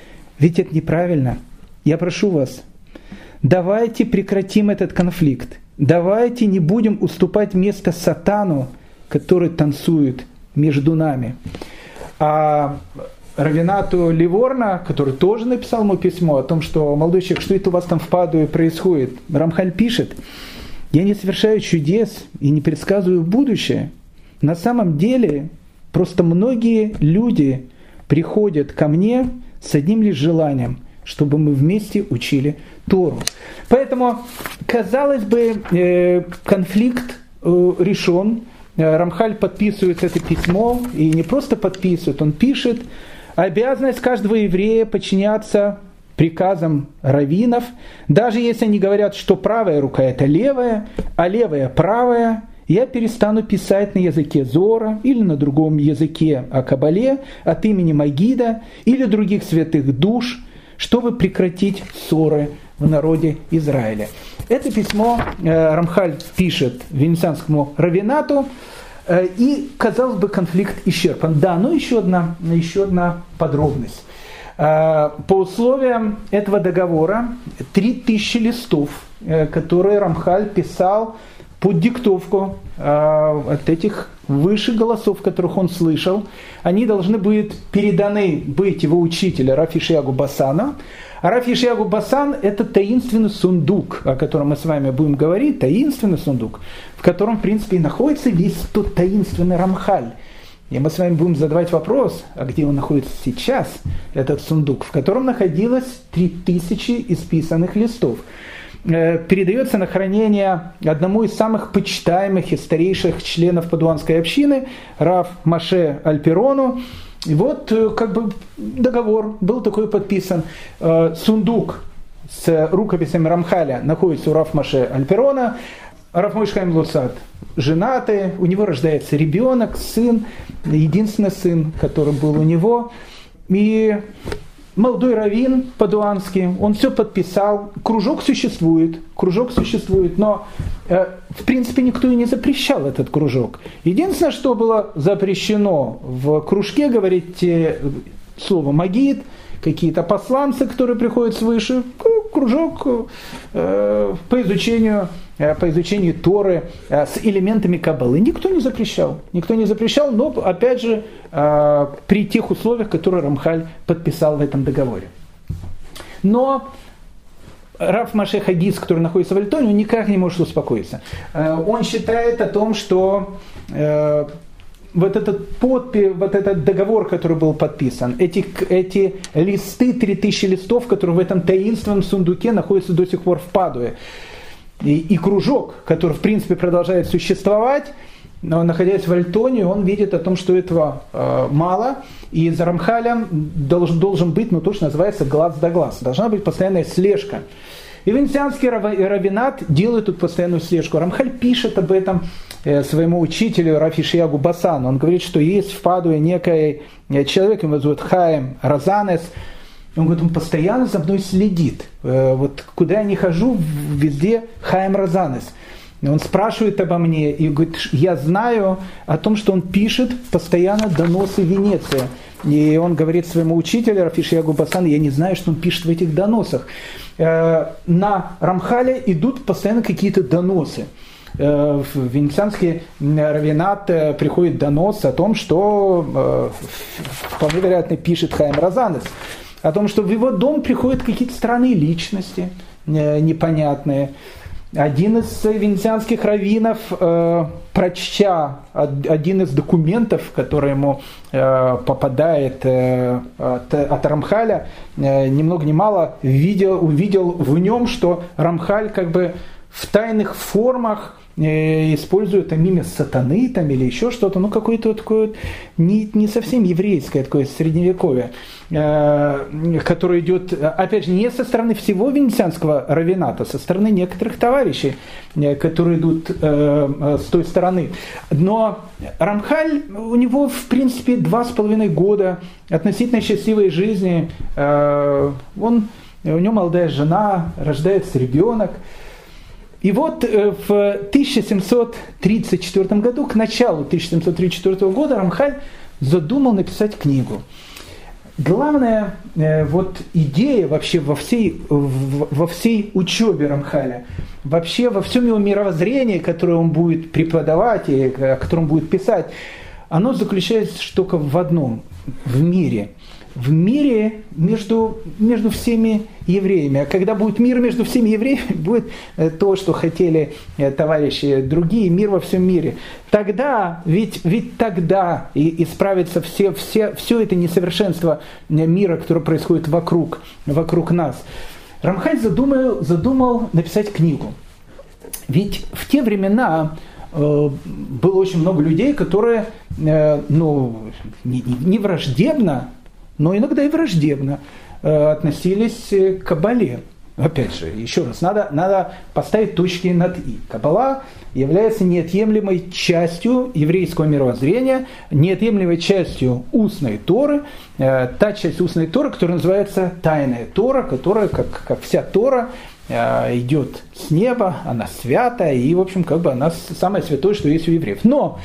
Ведь это неправильно. Я прошу вас, давайте прекратим этот конфликт. давайте не будем уступать место сатану, который танцует между нами. А раввинату Ливорно, который тоже написал ему письмо о том, что, молодой человек, что это у вас там в Падуе происходит, Рамхаль пишет: «Я не совершаю чудес и не предсказываю будущее. На самом деле, просто многие люди приходят ко мне с одним лишь желанием, чтобы мы вместе учили Тору». Поэтому, казалось бы, конфликт решен. Рамхаль подписывает это письмо, и не просто подписывает, он пишет: обязанность каждого еврея подчиняться приказам раввинов, даже если они говорят, что правая рука это левая, а левая правая, я перестану писать на языке Зора или на другом языке о Кабале от имени Магида или других святых душ, чтобы прекратить ссоры в народе Израиля. Это письмо э, Рамхаль пишет венецианскому раввинату, э, и, казалось бы, конфликт исчерпан. Да, но еще одна, еще одна подробность. Э, по условиям этого договора три тысячи листов, э, которые Рамхаль писал под диктовку э, от этих выше голосов, которых он слышал, они должны быть переданы быть его учителю Рав Ишиягу Басана. А Рав Ишиягу Басан – это таинственный сундук, о котором мы с вами будем говорить, таинственный сундук, в котором, в принципе, и находится весь тот таинственный Рамхаль. И мы с вами будем задавать вопрос, а где он находится сейчас, этот сундук, в котором находилось три тысячи исписанных листов. Передается на хранение одному из самых почитаемых и старейших членов падуанской общины, Рав Моше Альперону. И вот как бы договор был такой подписан. Сундук с рукописями Рамхаля находится у Рав Моше Альперона. Рав Мойше Хаим Луцат женатый, у него рождается ребенок, сын, единственный сын, который был у него. И молодой раввин падуанский, он все подписал. Кружок существует, кружок существует, но э, в принципе никто и не запрещал этот кружок. Единственное, что было запрещено в кружке, говорить э, слово «магид», какие-то посланцы, которые приходят свыше, кружок э, по изучению, э, по изучению Торы э, с элементами Каббалы. Никто не запрещал. Никто не запрещал, но, опять же, э, при тех условиях, которые Рамхаль подписал в этом договоре. Но Рав Моше Хагис, который находится в Альтоне, он никак не может успокоиться. Э, он считает о том, что э, вот этот подпись, вот этот договор, который был подписан, эти, эти листы, три тысячи листов, которые в этом таинственном сундуке находятся до сих пор в Падуе, и, и кружок, который в принципе продолжает существовать, но находясь в Альтоне, он видит о том, что этого э, мало, и за Рамхалем должен, должен быть, ну то, что называется, глаз да глаз, должна быть постоянная слежка. И венецианский раввинат делает тут постоянную слежку. Рамхаль пишет об этом своему учителю Рав Ишиягу Басану. Он говорит, что есть в Падуе некий человек, его зовут Хаим Розанес. Он говорит, он постоянно за мной следит. Вот куда я не хожу, везде Хаим Розанес. Он спрашивает обо мне и говорит, я знаю о том, что он пишет постоянно доносы Венеции. И он говорит своему учителю Рав Ишиягу Басану, я не знаю, что он пишет в этих доносах. На Рамхале идут постоянно какие-то доносы. В венецианский раввинат приходит донос о том, что вполне вероятно пишет Хаим Розанес, о том, что в его дом приходят какие-то странные личности непонятные. Один из венецианских раввинов, прочтя один из документов, который ему попадает от, от Рамхаля, ни много ни мало видел, увидел в нем, что Рамхаль как бы в тайных формах используют там имя сатаны там, или еще что-то, ну какое-то такое не, не совсем еврейское, такое средневековье, э, которое идет, опять же, не со стороны всего венецианского раввината, со стороны некоторых товарищей, э, которые идут э, с той стороны. Но Рамхаль, у него в принципе два с половиной года относительно счастливой жизни, э, он, у него молодая жена, рождается ребенок. И вот в тысяча семьсот тридцать четвёртом году, к началу тысяча семьсот тридцать четвёртого года, Рамхаль задумал написать книгу. Главная вот идея вообще во всей, во всей учебе Рамхаля вообще во всем его мировоззрении, которое он будет преподавать и о котором он будет писать, оно заключается только в одном – в мире. В мире между, между всеми евреями. А когда будет мир между всеми евреями, будет то, что хотели товарищи другие, мир во всем мире. Тогда, ведь, ведь тогда и исправится все, все, все это несовершенство мира, которое происходит вокруг, вокруг нас. Рамхаль задумал, задумал написать книгу. Ведь в те времена э, было очень много людей, которые э, ну, не, не враждебно, но иногда и враждебно э, относились к Кабале. Опять же, еще раз, надо, надо поставить точки над «и». Кабала является неотъемлемой частью еврейского мировоззрения, неотъемлемой частью устной Торы, э, та часть устной Торы, которая называется Тайная Тора, которая, как, как вся Тора, э, идет с неба, она святая, и, в общем, как бы она самое святое, что есть у евреев. Но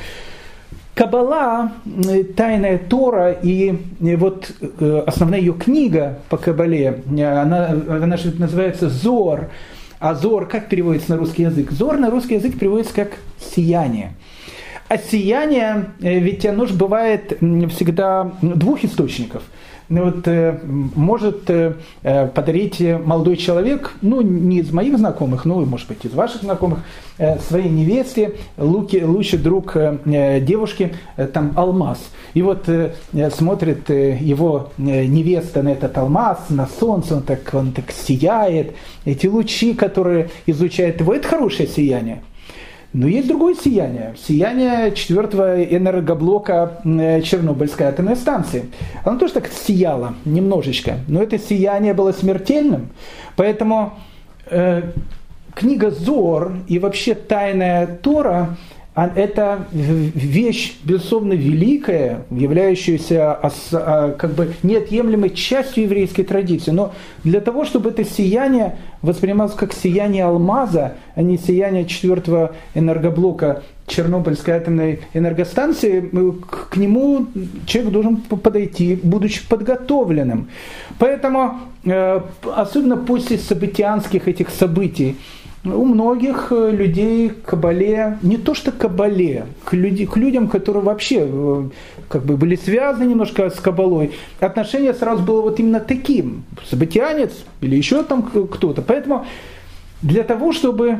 Кабала, Тайная Тора и вот основная ее книга по Кабале, она, она же называется Зоар. А Зоар как переводится на русский язык? Зоар на русский язык переводится как «сияние». А сияние, ведь оно же бывает всегда двух источников. Вот, э, может э, подарить молодой человек, ну, не из моих знакомых, ну, может быть, из ваших знакомых, э, своей невесте, луки, лучший друг э, девушки, э, там, алмаз. И вот э, смотрит э, его э, невеста на этот алмаз, на солнце, он так, он так сияет. Эти лучи, которые излучает его, это хорошее сияние. Но есть другое сияние. Сияние четвертого энергоблока Чернобыльской атомной станции. Оно тоже так сияло немножечко, но это сияние было смертельным. Поэтому э, книга Зоар и вообще Тайная Тора – это вещь, безусловно, великая, являющаяся как бы неотъемлемой частью еврейской традиции. Но для того, чтобы это сияние воспринималось как сияние алмаза, а не сияние четвертого энергоблока Чернобыльской атомной энергостанции, к нему человек должен подойти, будучи подготовленным. Поэтому, особенно после событианских этих событий, у многих людей к Кабале, не то что к Кабале, к, люди, к людям, которые вообще как бы были связаны немножко с Кабалой, отношение сразу было вот именно таким, событианец или еще там кто-то. Поэтому для того, чтобы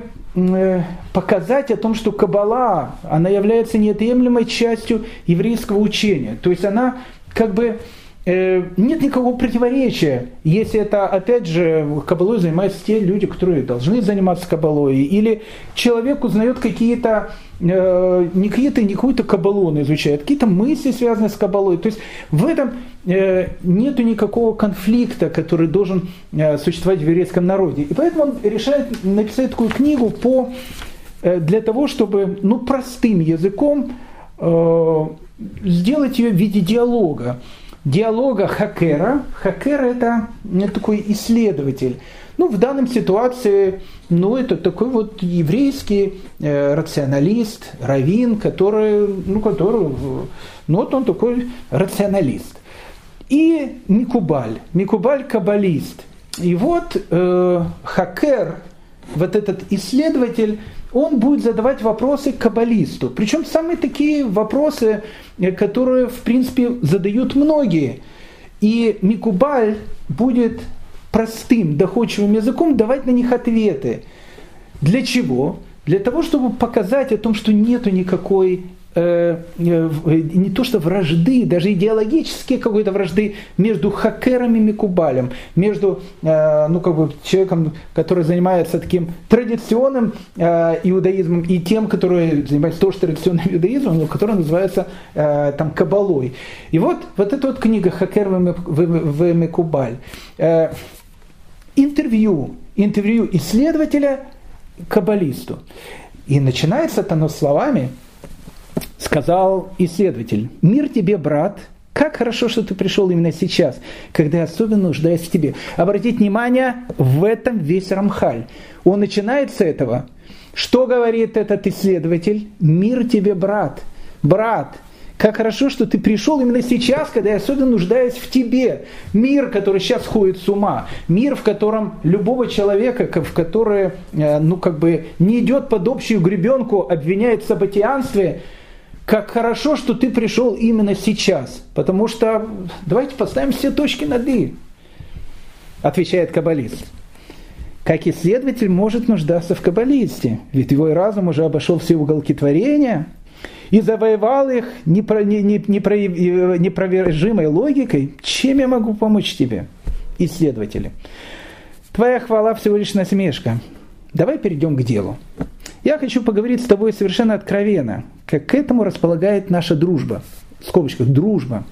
показать о том, что Кабала, она является неотъемлемой частью еврейского учения, то есть она как бы нет никакого противоречия, если это, опять же, кабалой занимаются те люди, которые должны заниматься кабалой, или человек узнает какие-то, э, не какие-то, не какую-то кабалу он изучает, какие-то мысли, связанные с кабалой. То есть в этом э, нет никакого конфликта, который должен э, существовать в еврейском народе. И поэтому он решает написать такую книгу по, э, для того, чтобы ну, простым языком э, сделать ее в виде диалога. Диалога Хакера. Хакер – это такой исследователь. Ну, в данной ситуации, ну, это такой вот еврейский э, рационалист, раввин, который, ну, который, ну, вот он такой рационалист. И Микубаль. Микубаль – каббалист. И вот э, Хакер, вот этот исследователь, он будет задавать вопросы каббалисту. Причем самые такие вопросы, которые, в принципе, задают многие. И Микубаль будет простым, доходчивым языком давать на них ответы. Для чего? Для того, чтобы показать о том, что нету никакой э, э, не то что вражды, даже идеологические какой-то вражды между Хакером и Микубалем, между э, ну, как бы человеком, который занимается таким традиционным э, иудаизмом, и тем, который занимается тоже традиционным иудаизмом, но который называется э, там Кабалой. И вот, вот эта вот книга Хакер в Микубаль. Э, интервью, интервью исследователя каббалисту. И начинается оно словами: сказал исследователь: «Мир тебе, брат, как хорошо, что ты пришел именно сейчас, когда я особенно нуждаюсь в тебе». Обратите внимание, в этом весь Рамхаль. Он начинает с этого. Что говорит этот исследователь? «Мир тебе, брат, брат, Как хорошо, что ты пришел именно сейчас, когда я особенно нуждаюсь в тебе. Мир, который сейчас ходит с ума. Мир, в котором любого человека, в который ну, как бы не идет под общую гребенку, обвиняет в саботианстве. Как хорошо, что ты пришел именно сейчас. Потому что давайте поставим все точки над «и», отвечает каббалист. Как исследователь может нуждаться в каббалисте, ведь его разум уже обошел все уголки творения и завоевал их непровержимой логикой. Чем я могу помочь тебе, исследователи? Твоя хвала всего лишь насмешка. Давай перейдем к делу. Я хочу поговорить с тобой совершенно откровенно, как к этому располагает наша дружба. В скобочках «дружба».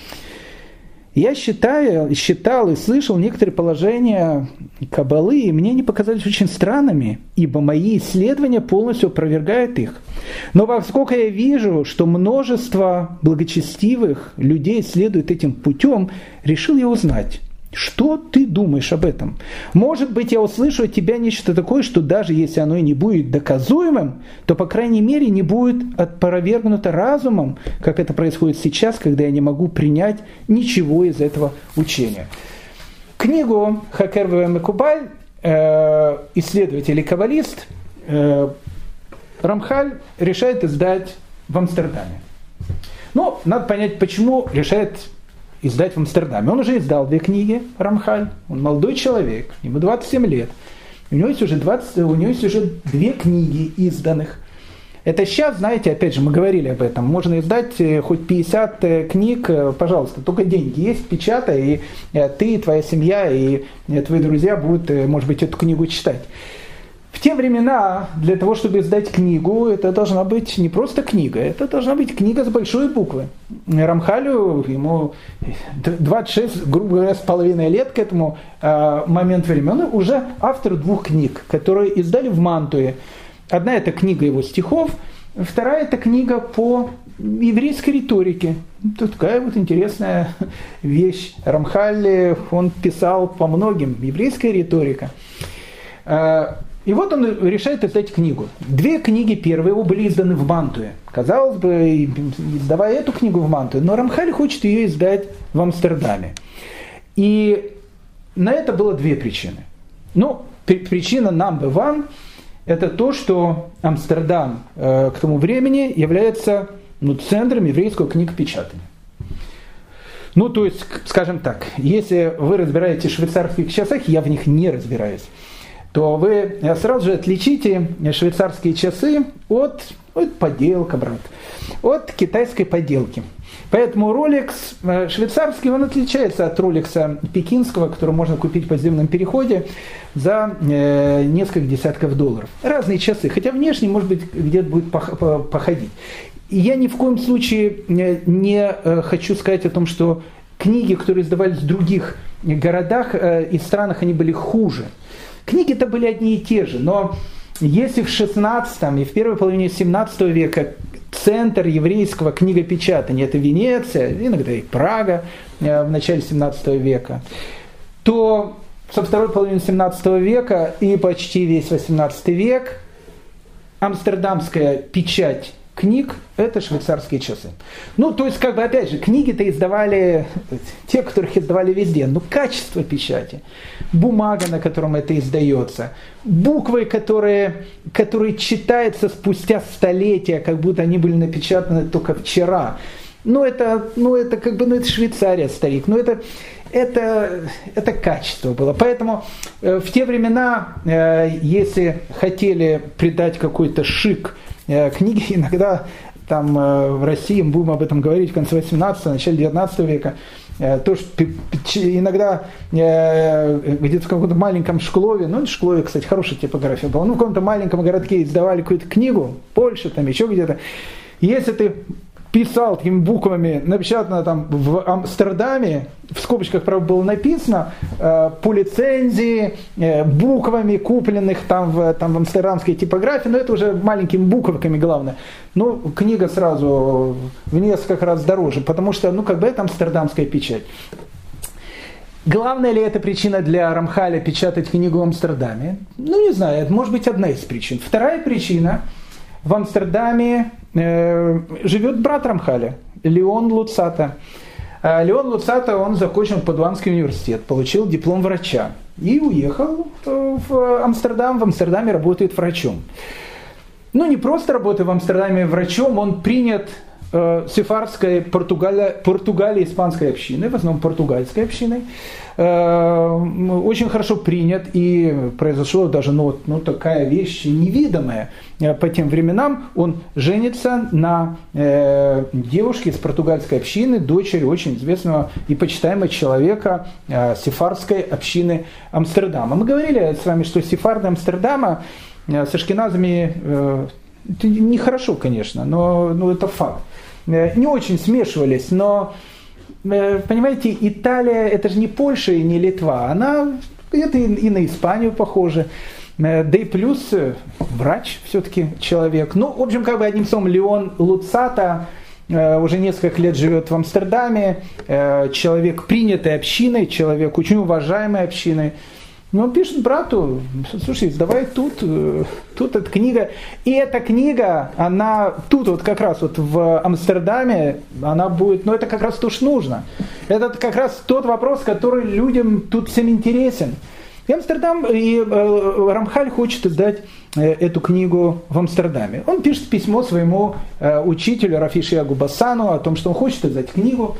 Я считаю, считал и слышал некоторые положения Каббалы, и мне они показались очень странными, ибо мои исследования полностью опровергают их. Но поскольку я вижу, что множество благочестивых людей следует этим путем, решил я узнать, что ты думаешь об этом. Может быть, я услышу от тебя нечто такое, что даже если оно и не будет доказуемым, то, по крайней мере, не будет опровергнуто разумом, как это происходит сейчас, когда я не могу принять ничего из этого учения. Книгу Хакер ве-Мекубаль, э, исследователь и каббалист, э, Рамхаль решает издать в Амстердаме. Ну, надо понять, почему решает издать в Амстердаме. Он уже издал две книги, Рамхаль. Он молодой человек, ему двадцать семь лет. У него есть уже, двадцать, у него есть уже две книги изданных. Это сейчас, знаете, опять же, мы говорили об этом, можно издать хоть пятьдесят книг, пожалуйста, только деньги есть, печатай, и ты, и твоя семья, и твои друзья будут, может быть, эту книгу читать. В те времена для того, чтобы издать книгу, это должна быть не просто книга, это должна быть книга с большой буквы. Рамхалю, ему двадцать шесть, грубо говоря, с половиной лет к этому э, моменту времени. Он уже автор двух книг, которые издали в Мантуе. Одна это книга его стихов, вторая это книга по еврейской риторике. Тут такая вот интересная вещь. Рамхаль, он писал по многим, еврейская риторика. И вот он решает издать книгу. Две книги первые его были изданы в Мантуе. Казалось бы, издавая эту книгу в Мантуе, но Рамхаль хочет ее издать в Амстердаме. И на это было две причины. Ну, причина number one – это то, что Амстердам э, к тому времени является ну, центром еврейского книгопечатания. Ну, то есть, скажем так, если вы разбираетесь в швейцарских часах, я в них не разбираюсь, то вы сразу же отличите швейцарские часы от, от подделка, брат, от китайской подделки. Поэтому Rolex швейцарский, он отличается от Rolex пекинского, который можно купить в подземном переходе за э, несколько десятков долларов. Разные часы, хотя внешне, может быть, где-то будет походить. И я ни в коем случае не хочу сказать о том, что книги, которые издавались в других городах и странах, они были хуже. Книги-то были одни и те же, но если в шестнадцатом и в первой половине семнадцатого века центр еврейского книгопечатания – это Венеция, иногда и Прага в начале семнадцатого века, то со второй половины семнадцатого века и почти весь восемнадцатый век амстердамская печать книг – это швейцарские часы. Ну, то есть, как бы, опять же, книги-то издавали, те, которых издавали везде, но качество печати, бумага, на котором это издается, буквы, которые, которые читаются спустя столетия, как будто они были напечатаны только вчера. Ну, это, ну, это как бы, ну, это Швейцария, старик, ну, это, это, это качество было. Поэтому э, в те времена, э, если хотели придать какой-то шик книги, иногда там в России, мы будем об этом говорить в конце восемнадцатого, начале девятнадцатого века, то, что иногда где-то в каком-то маленьком Шклове, ну, Шклове, кстати, хорошая типография была, ну, в каком-то маленьком городке издавали какую-то книгу, Польша, там еще где-то, если ты писал такими буквами, напечатано там в Амстердаме, в скобочках, правда, было написано, э, по лицензии, э, буквами, купленных там в, там в амстердамской типографии, но это уже маленькими буковками главное. Ну, книга сразу в несколько раз дороже, потому что, ну, как бы это амстердамская печать. Главная ли это причина для Рамхаля печатать книгу в Амстердаме? Ну, не знаю, это может быть одна из причин. Вторая причина – в Амстердаме э, живет брат Рамхаля, Леон Луцата. Леон Луцата, он закончил Падуанский университет, получил диплом врача и уехал в Амстердам. В Амстердаме работает врачом. Ну, не просто работает в Амстердаме врачом, он принят э, сефардской Португалии, Португалии испанской общиной, в основном португальской общиной. Э, очень хорошо принят, и произошла даже ну, ну, такая вещь невидимая по тем временам. Он женится на э, девушке из португальской общины, дочери очень известного и почитаемого человека э, сефардской общины Амстердама. Мы говорили с вами, что сефарды Амстердама с ашкеназами э, нехорошо, конечно, но, но это факт. Не очень смешивались, но, э, понимаете, Италия, это же не Польша и не Литва, она где-то и, и на Испанию похожа. Э, да и плюс э, врач все-таки человек. Ну, в общем, как бы одним словом, Леон Луцата э, уже несколько лет живет в Амстердаме, э, человек принятой общиной, человек очень уважаемой общиной. Но он пишет брату: слушай, давай тут, тут эта книга. И эта книга, она тут вот как раз вот в Амстердаме, она будет, ну это как раз то, что нужно. Это как раз тот вопрос, который людям тут всем интересен. И Амстердам, и Рамхаль хочет издать эту книгу в Амстердаме. Он пишет письмо своему учителю Рафи Шиягу Басану о том, что он хочет издать книгу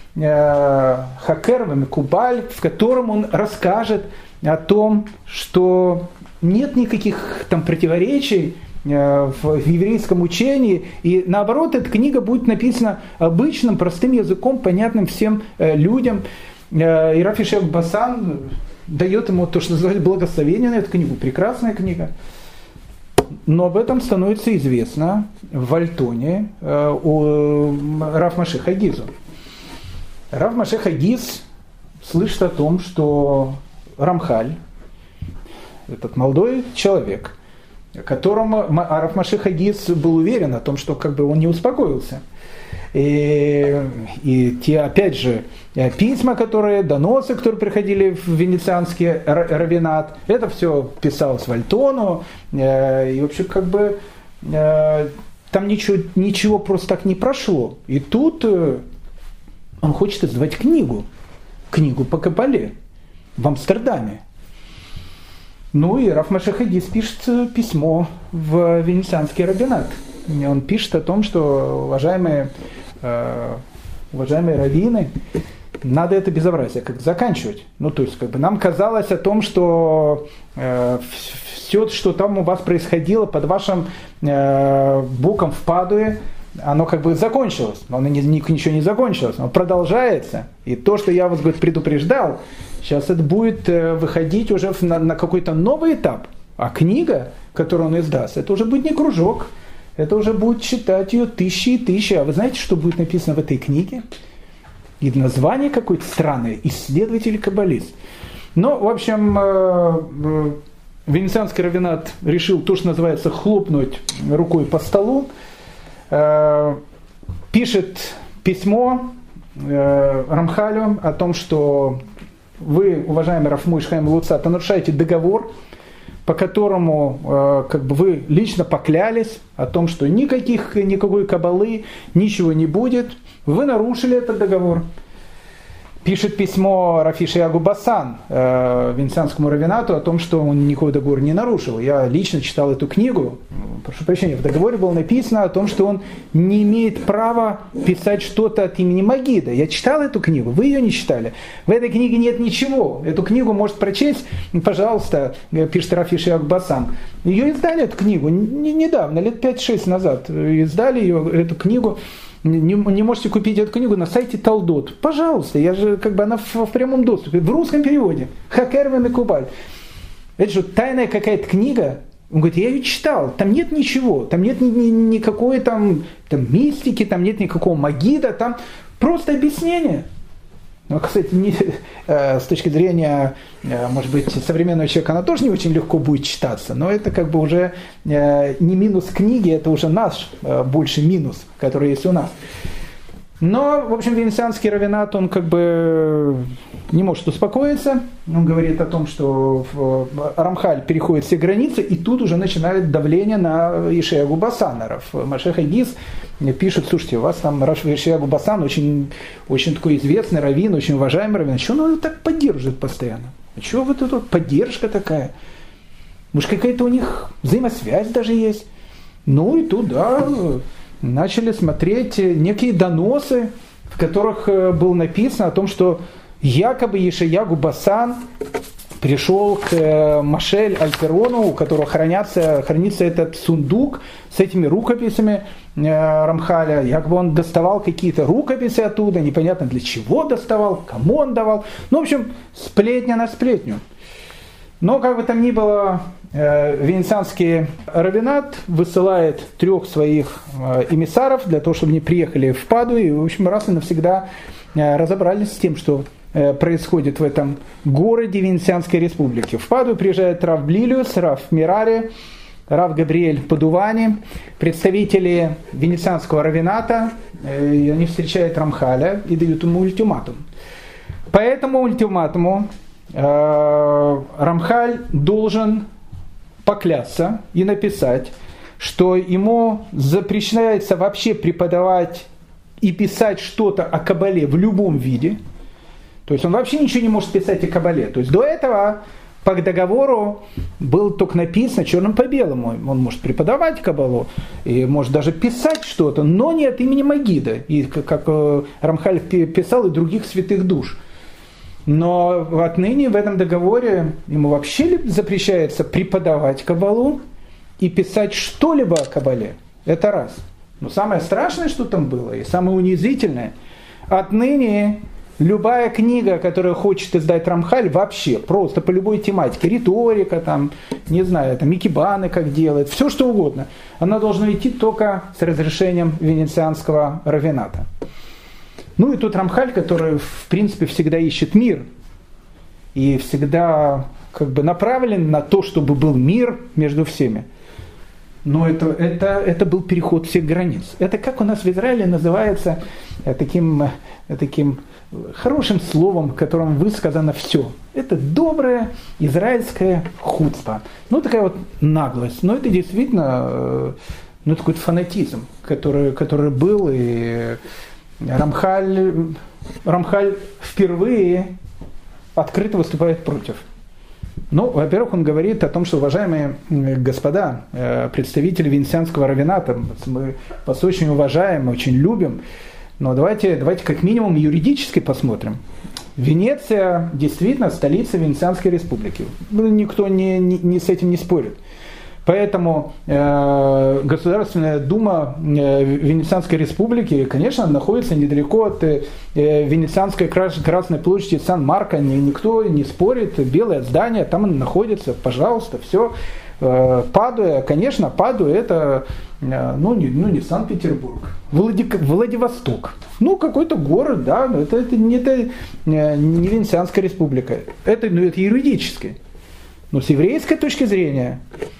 Хакер Вемекубаль, в котором он расскажет о том, что нет никаких там противоречий в еврейском учении, и наоборот, эта книга будет написана обычным, простым языком, понятным всем людям. И Рафи Шиягу Басан дает ему то, что называется благословение на эту книгу. Прекрасная книга. Но об этом становится известно в Вальтоне у Рав Машеха Гизу. Рав Машеха Гиз слышит о том, что Рамхаль, этот молодой человек, которому Рав Машеха Гиз был уверен о том, что как бы он не успокоился. И, и те, опять же, письма, которые, доносы, которые приходили в венецианский раввинат, это все писалось Вальтону, и вообще как бы там ничего, ничего просто так не прошло. И тут он хочет издавать книгу, книгу по Кабале в Амстердаме. Ну и Рав Машеха Гиз пишет письмо в венецианский раввинат. Он пишет о том, что, уважаемые, э, уважаемые раввины, надо это безобразие как заканчивать. Ну, то есть, как бы нам казалось о том, что э, все, что там у вас происходило под вашим э, боком в Падуе, оно как бы закончилось. Но оно ничего не закончилось, оно продолжается. И то, что я вас, говорит, предупреждал, сейчас это будет э, выходить уже на, на какой-то новый этап. А книга, которую он издаст, это уже будет не кружок. Это уже будет читать ее тысячи и тысячи. А вы знаете, что будет написано в этой книге? И название какое-то странное. Исследователь-каббалист. Ну, в общем, венецианский раввинат решил то, что называется, хлопнуть рукой по столу. Пишет письмо Рамхалю о том, что вы, уважаемый Рав Мойши Хаим Луцата, нарушаете договор, по которому э, как бы вы лично поклялись о том, что никаких, никакой кабалы, ничего не будет. Вы нарушили этот договор. Пишет письмо Рафи Шиягу Басан э, венецианскому раввинату о том, что он никакой договор не нарушил. Я лично читал эту книгу. Прошу прощения, в договоре было написано о том, что он не имеет права писать что-то от имени Магида. Я читал эту книгу, вы ее не читали. В этой книге нет ничего. Эту книгу может прочесть, пожалуйста, пишет Рафи Шиягу Басан. Ее издали, эту книгу, недавно, лет пять-шесть назад. Издали ее, эту книгу. Не, не можете купить эту книгу на сайте Талдот. Пожалуйста, я же как бы она в, в прямом доступе, в русском переводе. Хакер Вемекубаль. Это же тайная какая-то книга. Он говорит, я ее читал, там нет ничего, там нет ни, ни, никакой там, там мистики, там нет никакого магида, там просто объяснение. Ну, кстати, не, э, с точки зрения, э, может быть, современного человека, она тоже не очень легко будет читаться, но это как бы уже э, не минус книги, это уже наш э, больше минус, который есть у нас. Но, в общем, венецианский раввинат, он как бы не может успокоиться. Он говорит о том, что Рамхаль переходит все границы, и тут уже начинает давление на Ишиягу Басана. Машех Гис пишет: слушайте, у вас там Ишиягу Басан очень, очень такой известный раввин, очень уважаемый раввин. Чего он его так поддерживает постоянно? Чего вот эта вот поддержка такая? Может, какая-то у них взаимосвязь даже есть? Ну и тут, да, начали смотреть некие доносы, в которых было написано о том, что якобы Ешиягу Басан пришел к Машель Альперону, у которого хранятся, хранится этот сундук с этими рукописями Рамхаля. Якобы он доставал какие-то рукописи оттуда, непонятно для чего доставал, кому он давал. Ну, в общем, сплетня на сплетню. Но, как бы там ни было, венецианский раввинат высылает трех своих эмиссаров для того, чтобы они приехали в Паду и, в общем, раз и навсегда разобрались с тем, что происходит в этом городе Венецианской республики. В Паду приезжает Рав Блилиус, Рав Мирари, Рав Габриэль Падувани, представители венецианского раввината, и они встречают Рамхаля и дают ему ультиматум. По этому ультиматуму Рамхаль должен поклясться и написать, что ему запрещается вообще преподавать и писать что-то о Кабале в любом виде. То есть он вообще ничего не может писать о Кабале. То есть до этого по договору было только написано черным по белому. Он может преподавать Кабалу и может даже писать что-то, но не от имени Магида. И как Рамхаль писал, и других святых душ. Но отныне в этом договоре ему вообще запрещается преподавать Кабалу и писать что-либо о Кабале. Это раз. Но самое страшное, что там было, и самое унизительное, отныне любая книга, которую хочет издать Рамхаль, вообще, просто по любой тематике, риторика, там, не знаю, там, икебаны как делает, все что угодно, она должна идти только с разрешением венецианского раввината. Ну и тут Рамхаль, который, в принципе, всегда ищет мир и всегда как бы направлен на то, чтобы был мир между всеми. Но это, это, это был переход всех границ. Это как у нас в Израиле называется таким, таким хорошим словом, которым высказано все. Это добрая израильская хуцпа. Ну, такая вот наглость. Но это действительно ну, такой фанатизм, который, который был. И Рамхаль, Рамхаль впервые открыто выступает против. Ну, во-первых, он говорит о том, что, уважаемые господа, представители венецианского раввината, мы вас очень уважаем, очень любим, но давайте, давайте как минимум юридически посмотрим. Венеция действительно столица Венецианской республики. Ну, никто не, не, не с этим не спорит. Поэтому э, Государственная дума э, Венецианской республики, конечно, находится недалеко от э, Венецианской Красной площади Сан-Марко. Никто не спорит, белое здание, там оно находится, пожалуйста, все. Э, Падуя, конечно, Падуя это э, ну, не, ну, не Санкт-Петербург, Влади, Владивосток. Ну, какой-то город, да, но это, это, не, это не Венецианская республика. Это, ну, это юридически. Но с еврейской точки зрения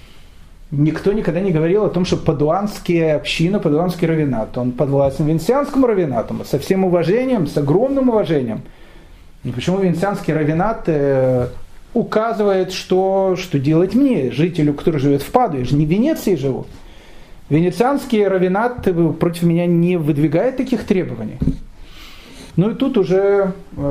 никто никогда не говорил о том, что падуанская община, падуанский раввинат, он подвластен венецианскому раввинату, со всем уважением, с огромным уважением. И почему венецианский раввинат э, указывает, что, что делать мне, жителю, который живет в Падуе, я же не в Венеции живу. Венецианский раввинат против меня не выдвигает таких требований. Ну и тут уже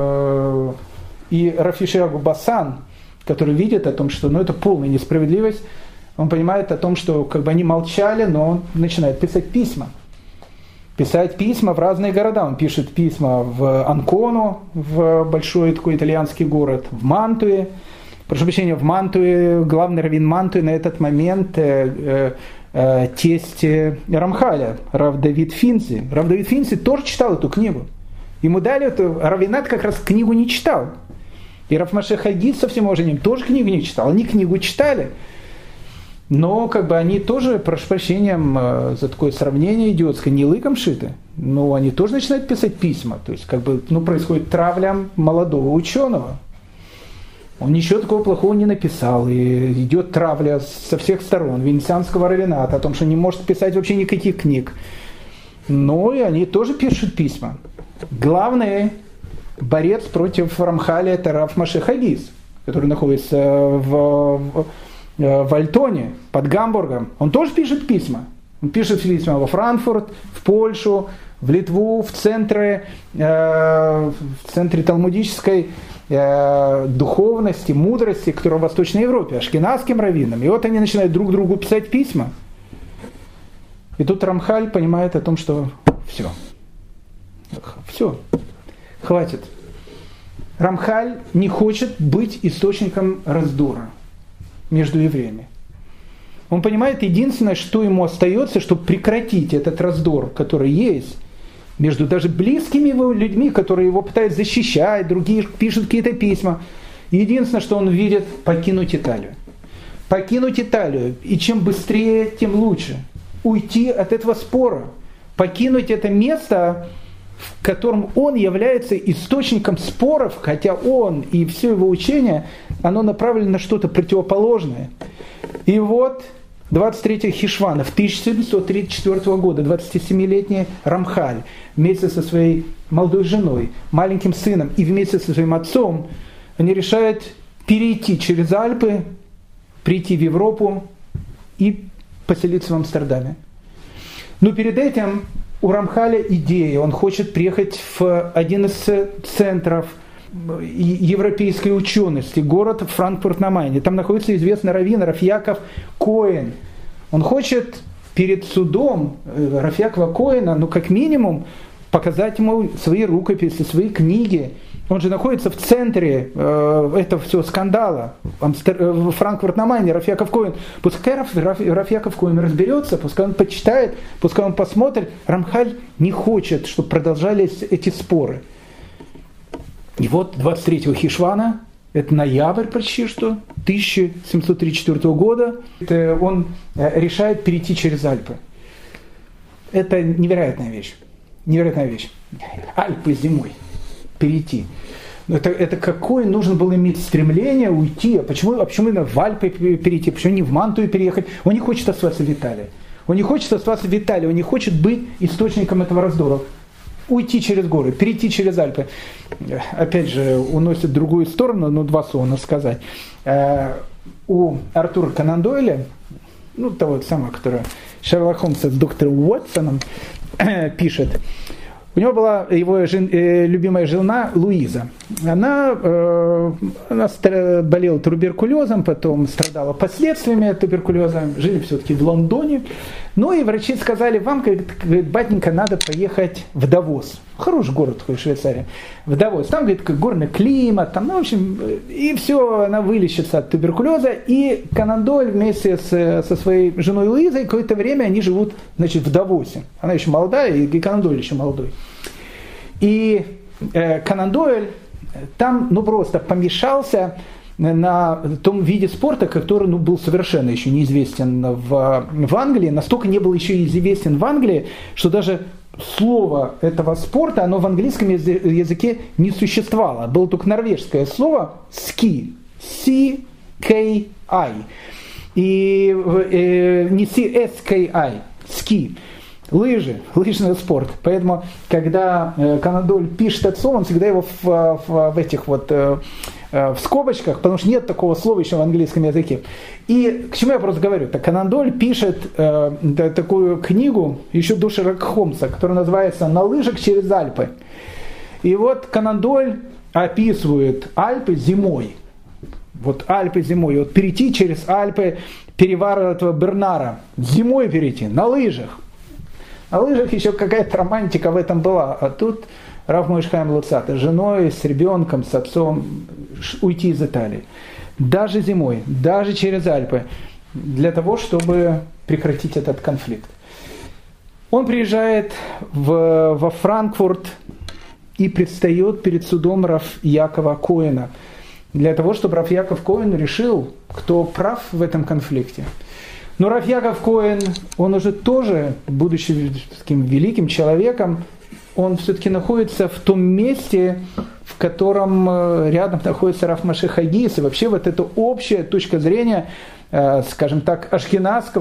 э, и Рав Ишиягу Басан, который видит о том, что ну, это полная несправедливость, он понимает о том, что как бы они молчали, но он начинает писать письма. Писать письма в разные города. Он пишет письма в Анкону, в большой такой итальянский город, в Мантуе. Прошу прощения, в Мантуе, главный раввин Мантуи на этот момент э, э, тесть Рамхаля, Рав Давид Финци. Рав Давид Финци тоже читал эту книгу. Ему дали эту, раввинат как раз книгу не читал. И Рав Машех Гис со всем уважением тоже книгу не читал. Они книгу читали. Но как бы они тоже, прошу прощения за такое сравнение идиотское, не лыком шиты, но они тоже начинают писать письма. То есть как бы ну, происходит травля молодого ученого. Он ничего такого плохого не написал. И идет травля со всех сторон венецианского раввината о том, что не может писать вообще никаких книг. Ну, и они тоже пишут письма. Главный борец против Рамхаля – это Рав Моше Хагис, который находится в, в, в Альтоне, под Гамбургом. Он тоже пишет письма. Он пишет письма во Франкфурт, в Польшу, в Литву, в центре, э, в центре талмудической э, духовности, мудрости, которая в Восточной Европе, ашкеназским раввинам. И вот они начинают друг другу писать письма. И тут Рамхаль понимает о том, что все, все, хватит. Рамхаль не хочет быть источником раздора между евреями. Он понимает, единственное, что ему остается, чтобы прекратить этот раздор, который есть, между даже близкими его людьми, которые его пытаются защищать, другие пишут какие-то письма. Единственное, что он видит, покинуть Италию. Покинуть Италию. И чем быстрее, тем лучше. Уйти от этого спора. Покинуть это место, в котором он является источником споров, хотя он и все его учение, оно направлено на что-то противоположное. И вот двадцать третьего Хишвана в тысяча семьсот тридцать четвёртого года двадцатисемилетний Рамхаль вместе со своей молодой женой, маленьким сыном и вместе со своим отцом, они решают перейти через Альпы, прийти в Европу и поселиться в Амстердаме. Но перед этим у Рамхаля идея, он хочет приехать в один из центров европейской учености, город Франкфурт на Майне. Там находится известный раввин Рав Яков Коэн. Он хочет перед судом Рав Якова Коэна, ну как минимум, показать ему свои рукописи, свои книги. Он же находится в центре э, этого всего скандала. Амстер... Франкфурт на Майне, Рав Яков Коэн. Пускай Рав, Рав, Рав Яков Коэн разберется, пускай он почитает, пускай он посмотрит. Рамхаль не хочет, чтобы продолжались эти споры. И вот двадцать третьего Хишвана, это ноябрь почти что, тысяча семьсот тридцать четвёртого года, это он решает перейти через Альпы. Это невероятная вещь. Невероятная вещь. Альпы зимой. Перейти. Это, это какое нужно было иметь стремление уйти? А почему, а почему именно в Альпы перейти? Почему не в Мантую переехать? Он не хочет оставаться в Италии. Он не хочет оставаться в Италии. Он не хочет быть источником этого раздора. Уйти через горы, перейти через Альпы. Опять же, уносит в другую сторону, но два слова надо сказать. У Артура Конан Дойля, ну того самого, который Шерлок Холмса с доктором Уотсоном пишет, у него была его жен, э, любимая жена Луиза. Она, э, она болела туберкулезом, потом страдала последствиями туберкулеза. Жили все-таки в Лондоне. Ну и врачи сказали, вам, говорит, батенька, надо поехать в Давос. Хороший город такой в Швейцарии. В Давос. Там, говорит, горный климат. Там, ну, в общем, и все, она вылечится от туберкулеза. И Конан Дойль вместе с, со своей женой Луизой какое-то время они живут, значит, в Давосе. Она еще молодая, и Конан Дойль еще молодой. И э, Конан Дойль там, ну, просто помешался на том виде спорта, который, ну, был совершенно еще неизвестен в, в Англии, настолько не был еще известен в Англии, что даже слово этого спорта, оно в английском языке не существовало. Было только норвежское слово «ски», си кей ай, и э, не си эс кей ай, «ски». Лыжи, лыжный спорт. Поэтому, когда э, Конан Дойль пишет это слово, он всегда его в, в, в этих вот э, в скобочках, потому что нет такого слова еще в английском языке. И к чему я просто говорю? Так, Конан Дойль пишет э, да, такую книгу еще до Шерлока Холмса, которая называется «На лыжах через Альпы». И вот Конан Дойль описывает Альпы зимой. Вот Альпы зимой. И вот перейти через Альпы, перевар этого Бернара. Зимой перейти, на лыжах. На лыжах еще какая-то романтика в этом была. А тут Рав Мойше Хаим Луцата с женой, с ребенком, с отцом уйти из Италии. Даже зимой, даже через Альпы. Для того, чтобы прекратить этот конфликт. Он приезжает в, во Франкфурт и предстает перед судом Рав Якова Коэна. Для того, чтобы Рав Яков Коэн решил, кто прав в этом конфликте. Но Рав Яков Коэн, он уже тоже, будучи таким великим человеком, он все-таки находится в том месте, в котором рядом находится Рав Моше Хагис. И вообще вот эта общая точка зрения, скажем так, ашкеназского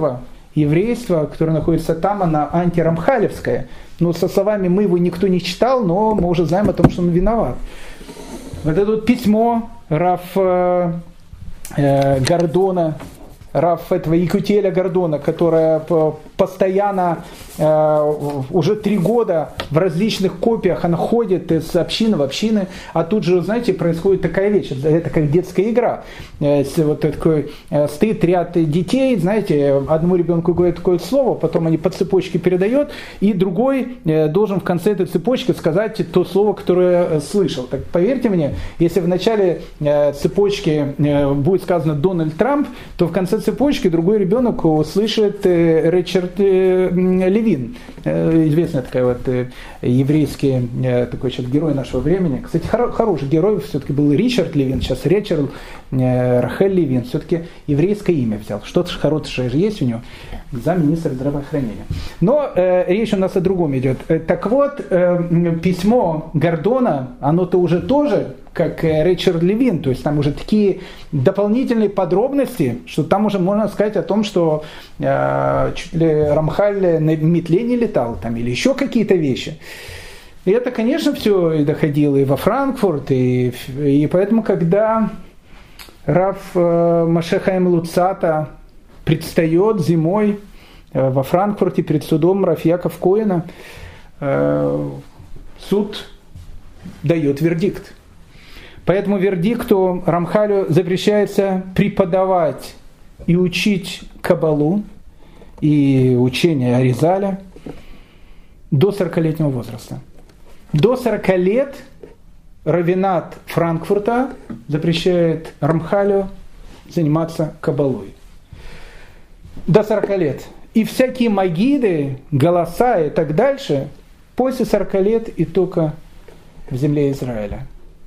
еврейства, которое находится там, она антирамхалевская. Но со словами «мы» его никто не читал, но мы уже знаем о том, что он виноват. Вот это вот письмо Рав э, э, Гордона, Рав этого Якутеля Гордона, которая постоянно, э, уже три года в различных копиях она ходит из общины в общины, а тут же, знаете, происходит такая вещь, это как детская игра. Э, вот такой, э, стоит ряд детей, знаете, одному ребенку говорит такое слово, потом они по цепочке передают, и другой э, должен в конце этой цепочки сказать то слово, которое слышал. Так поверьте мне, если в начале э, цепочки э, будет сказано Дональд Трамп, то в конце цепочки другой ребенок услышит э, Ричард э, Левин, э, известный такой вот э, еврейский э, такой человек, герой нашего времени. Кстати, хоро- хороший герой все-таки был Ричард Левин, сейчас Ричард э, Рахель Левин, все-таки еврейское имя взял. Что-то хорошее же есть у него, замминистра здравоохранения. Но э, речь у нас о другом идет. Э, так вот, э, письмо Гордона, оно-то уже тоже как Ричард Левин, то есть там уже такие дополнительные подробности, что там уже можно сказать о том, что э, чуть ли Рамхаль на метле не летал, там, или еще какие-то вещи. И это, конечно, все и доходило и во Франкфурт, и, и поэтому, когда Рав э, Моше Хаим Луцата предстает зимой э, во Франкфурте перед судом Рав Яков Коэна, э, суд дает вердикт. По этому вердикту Рамхалю запрещается преподавать и учить Кабалу и учение Аризаля до сорокалетнего возраста. До сорока лет раввинат Франкфурта запрещает Рамхалю заниматься Кабалой. До сорока лет. И всякие магиды, голоса и так дальше после сорока лет и только в земле Израиля.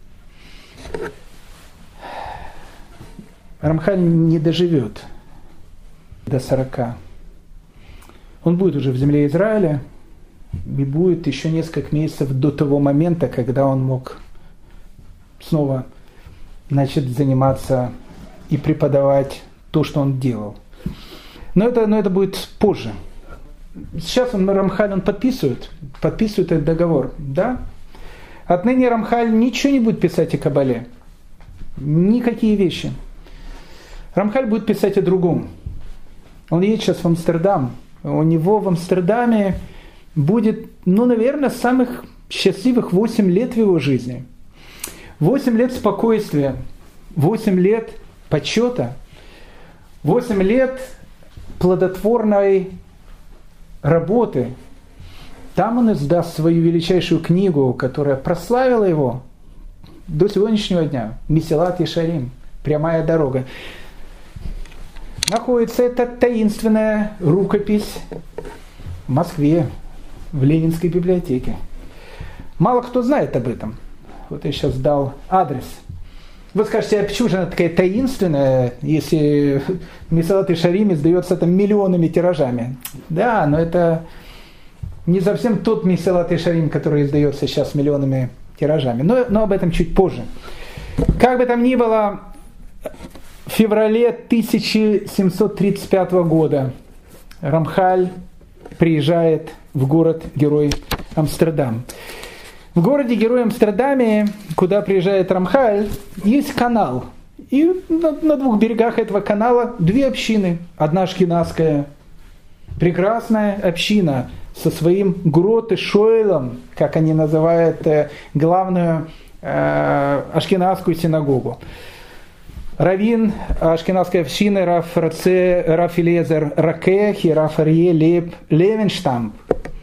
Рамхаль не доживет до сорока. Он будет уже в земле Израиля и будет еще несколько месяцев до того момента, когда он мог снова начать заниматься и преподавать то, что он делал. Но это, но это будет позже. Сейчас он, Рамхаль, он подписывает, подписывает этот договор, да? Отныне Рамхаль ничего не будет писать о Кабале. Никакие вещи. Рамхаль будет писать о другом. Он едет сейчас в Амстердам. У него в Амстердаме будет, ну, наверное, самых счастливых восемь лет в его жизни. восемь лет спокойствия, восемь лет почета, восемь лет плодотворной работы. Там он издаст свою величайшую книгу, которая прославила его до сегодняшнего дня. Месилат Ешарим. Прямая дорога. Находится эта таинственная рукопись в Москве, в Ленинской библиотеке. Мало кто знает об этом. Вот я сейчас дал адрес. Вы скажете, а почему же она такая таинственная, если Месилат Ешарим издается там миллионами тиражами? Да, но это не совсем тот Месилат Ешарим, который издается сейчас миллионами тиражами. Но, но об этом чуть позже. Как бы там ни было, в феврале тысяча семьсот тридцать пятого года Рамхаль приезжает в город-герой Амстердам. В городе-герой Амстердаме, куда приезжает Рамхаль, есть канал. И на, на двух берегах этого канала две общины. Одна ашкеназская, прекрасная община со своим гроты шойлом, как они называют э, главную э, ашкеназскую синагогу. Раввин ашкеназской общины Рав Раце, Рав Элиезер Ракех и Рав Арье Лейб Левенштамп.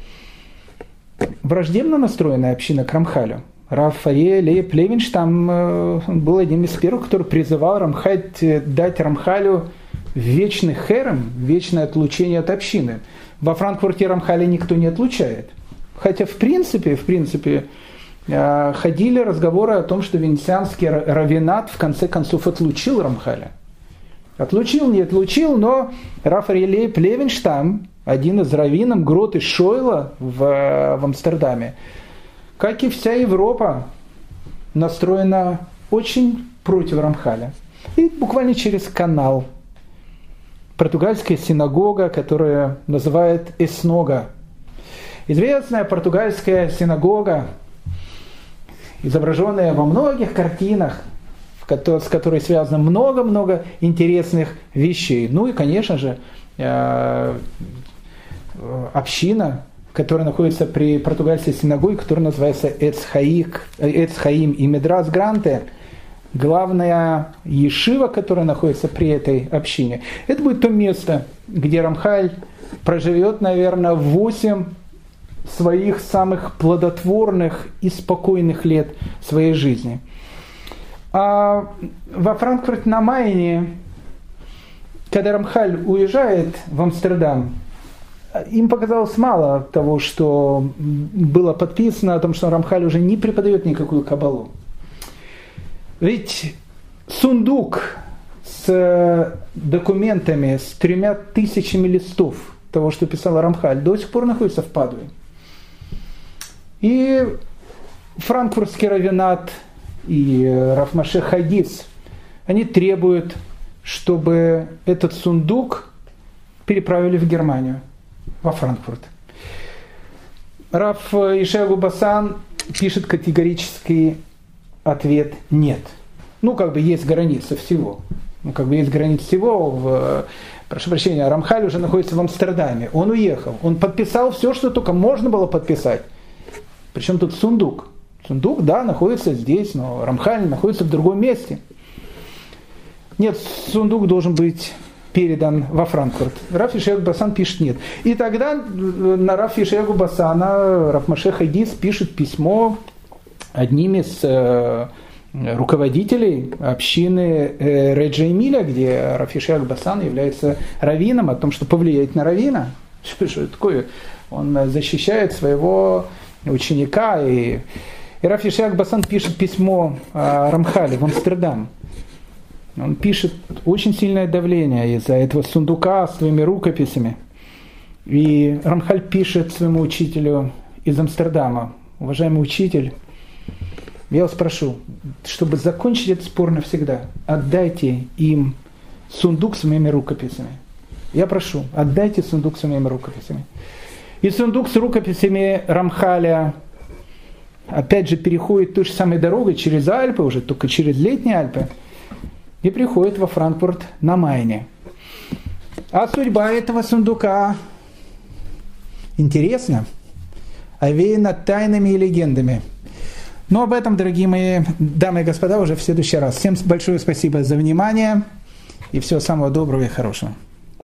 Враждебно настроенная община к Рамхалю. Рав Арье Лейб Левенштамп э, был одним из первых, который призывал Рамхаль дать Рамхалю вечный херем, вечное отлучение от общины. Во Франкфурте Рамхаля никто не отлучает. Хотя в принципе, в принципе, ходили разговоры о том, что венецианский раввинат в конце концов отлучил Рамхаля. Отлучил, не отлучил, но Рав Арье Лейб Левенштамп, один из раввинов гроты Шойла в, в Амстердаме, как и вся Европа, настроена очень против Рамхаля. И буквально через канал португальская синагога, которую называют Эснога. Известная португальская синагога, изображенная во многих картинах, с которой связано много-много интересных вещей. Ну и, конечно же, община, которая находится при португальской синагоге, которая называется Эцхаим и Медрас Гранте, главная ешива, которая находится при этой общине. Это будет то место, где Рамхаль проживет, наверное, восемь своих самых плодотворных и спокойных лет своей жизни. А во Франкфурте на Майне, когда Рамхаль уезжает в Амстердам, им показалось мало того, что было подписано о том, что Рамхаль уже не преподает никакую кабалу. Ведь сундук с документами, с тремя тысячами листов того, что писал Рамхаль, до сих пор находится в Падуе. И франкфуртский раввинат и Рав Моше Хагис, они требуют, чтобы этот сундук переправили в Германию, во Франкфурт. Рав Ишая Басан пишет категорический ответ «нет». Ну, как бы есть граница всего. Ну, как бы есть граница всего. В, прошу прощения, Рамхаль уже находится в Амстердаме. Он уехал. Он подписал все, что только можно было подписать. Причем тут сундук. Сундук, да, находится здесь, но Рамхаль находится в другом месте. Нет, сундук должен быть передан во Франкфурт. Рав Ишая Басан пишет нет. И тогда на Рав Ишая Басана Рав Моше Хагис пишет письмо одним из э, руководителей общины э, Реджа Эмиля, где Рав Ишая Басан является раввином, о том, что повлиять на раввина. Что, что это такое? Он защищает своего ученика. И, и Рав Ишая Басан пишет письмо э, Рамхале в Амстердам. Он пишет очень сильное давление из-за этого сундука с твоими рукописями. И Рамхаль пишет своему учителю из Амстердама: уважаемый учитель, я вас прошу, чтобы закончить этот спор навсегда, отдайте им сундук с моими рукописями. Я прошу, отдайте сундук с моими рукописями. И сундук с рукописями Рамхаля опять же переходит той же самой дорогой через Альпы, уже только через летние Альпы, и приходит во Франкфурт на Майне. А судьба этого сундука интересна, овеяна тайнами и легендами. Но об этом, дорогие мои дамы и господа, уже в следующий раз. Всем большое спасибо за внимание и всего самого доброго и хорошего.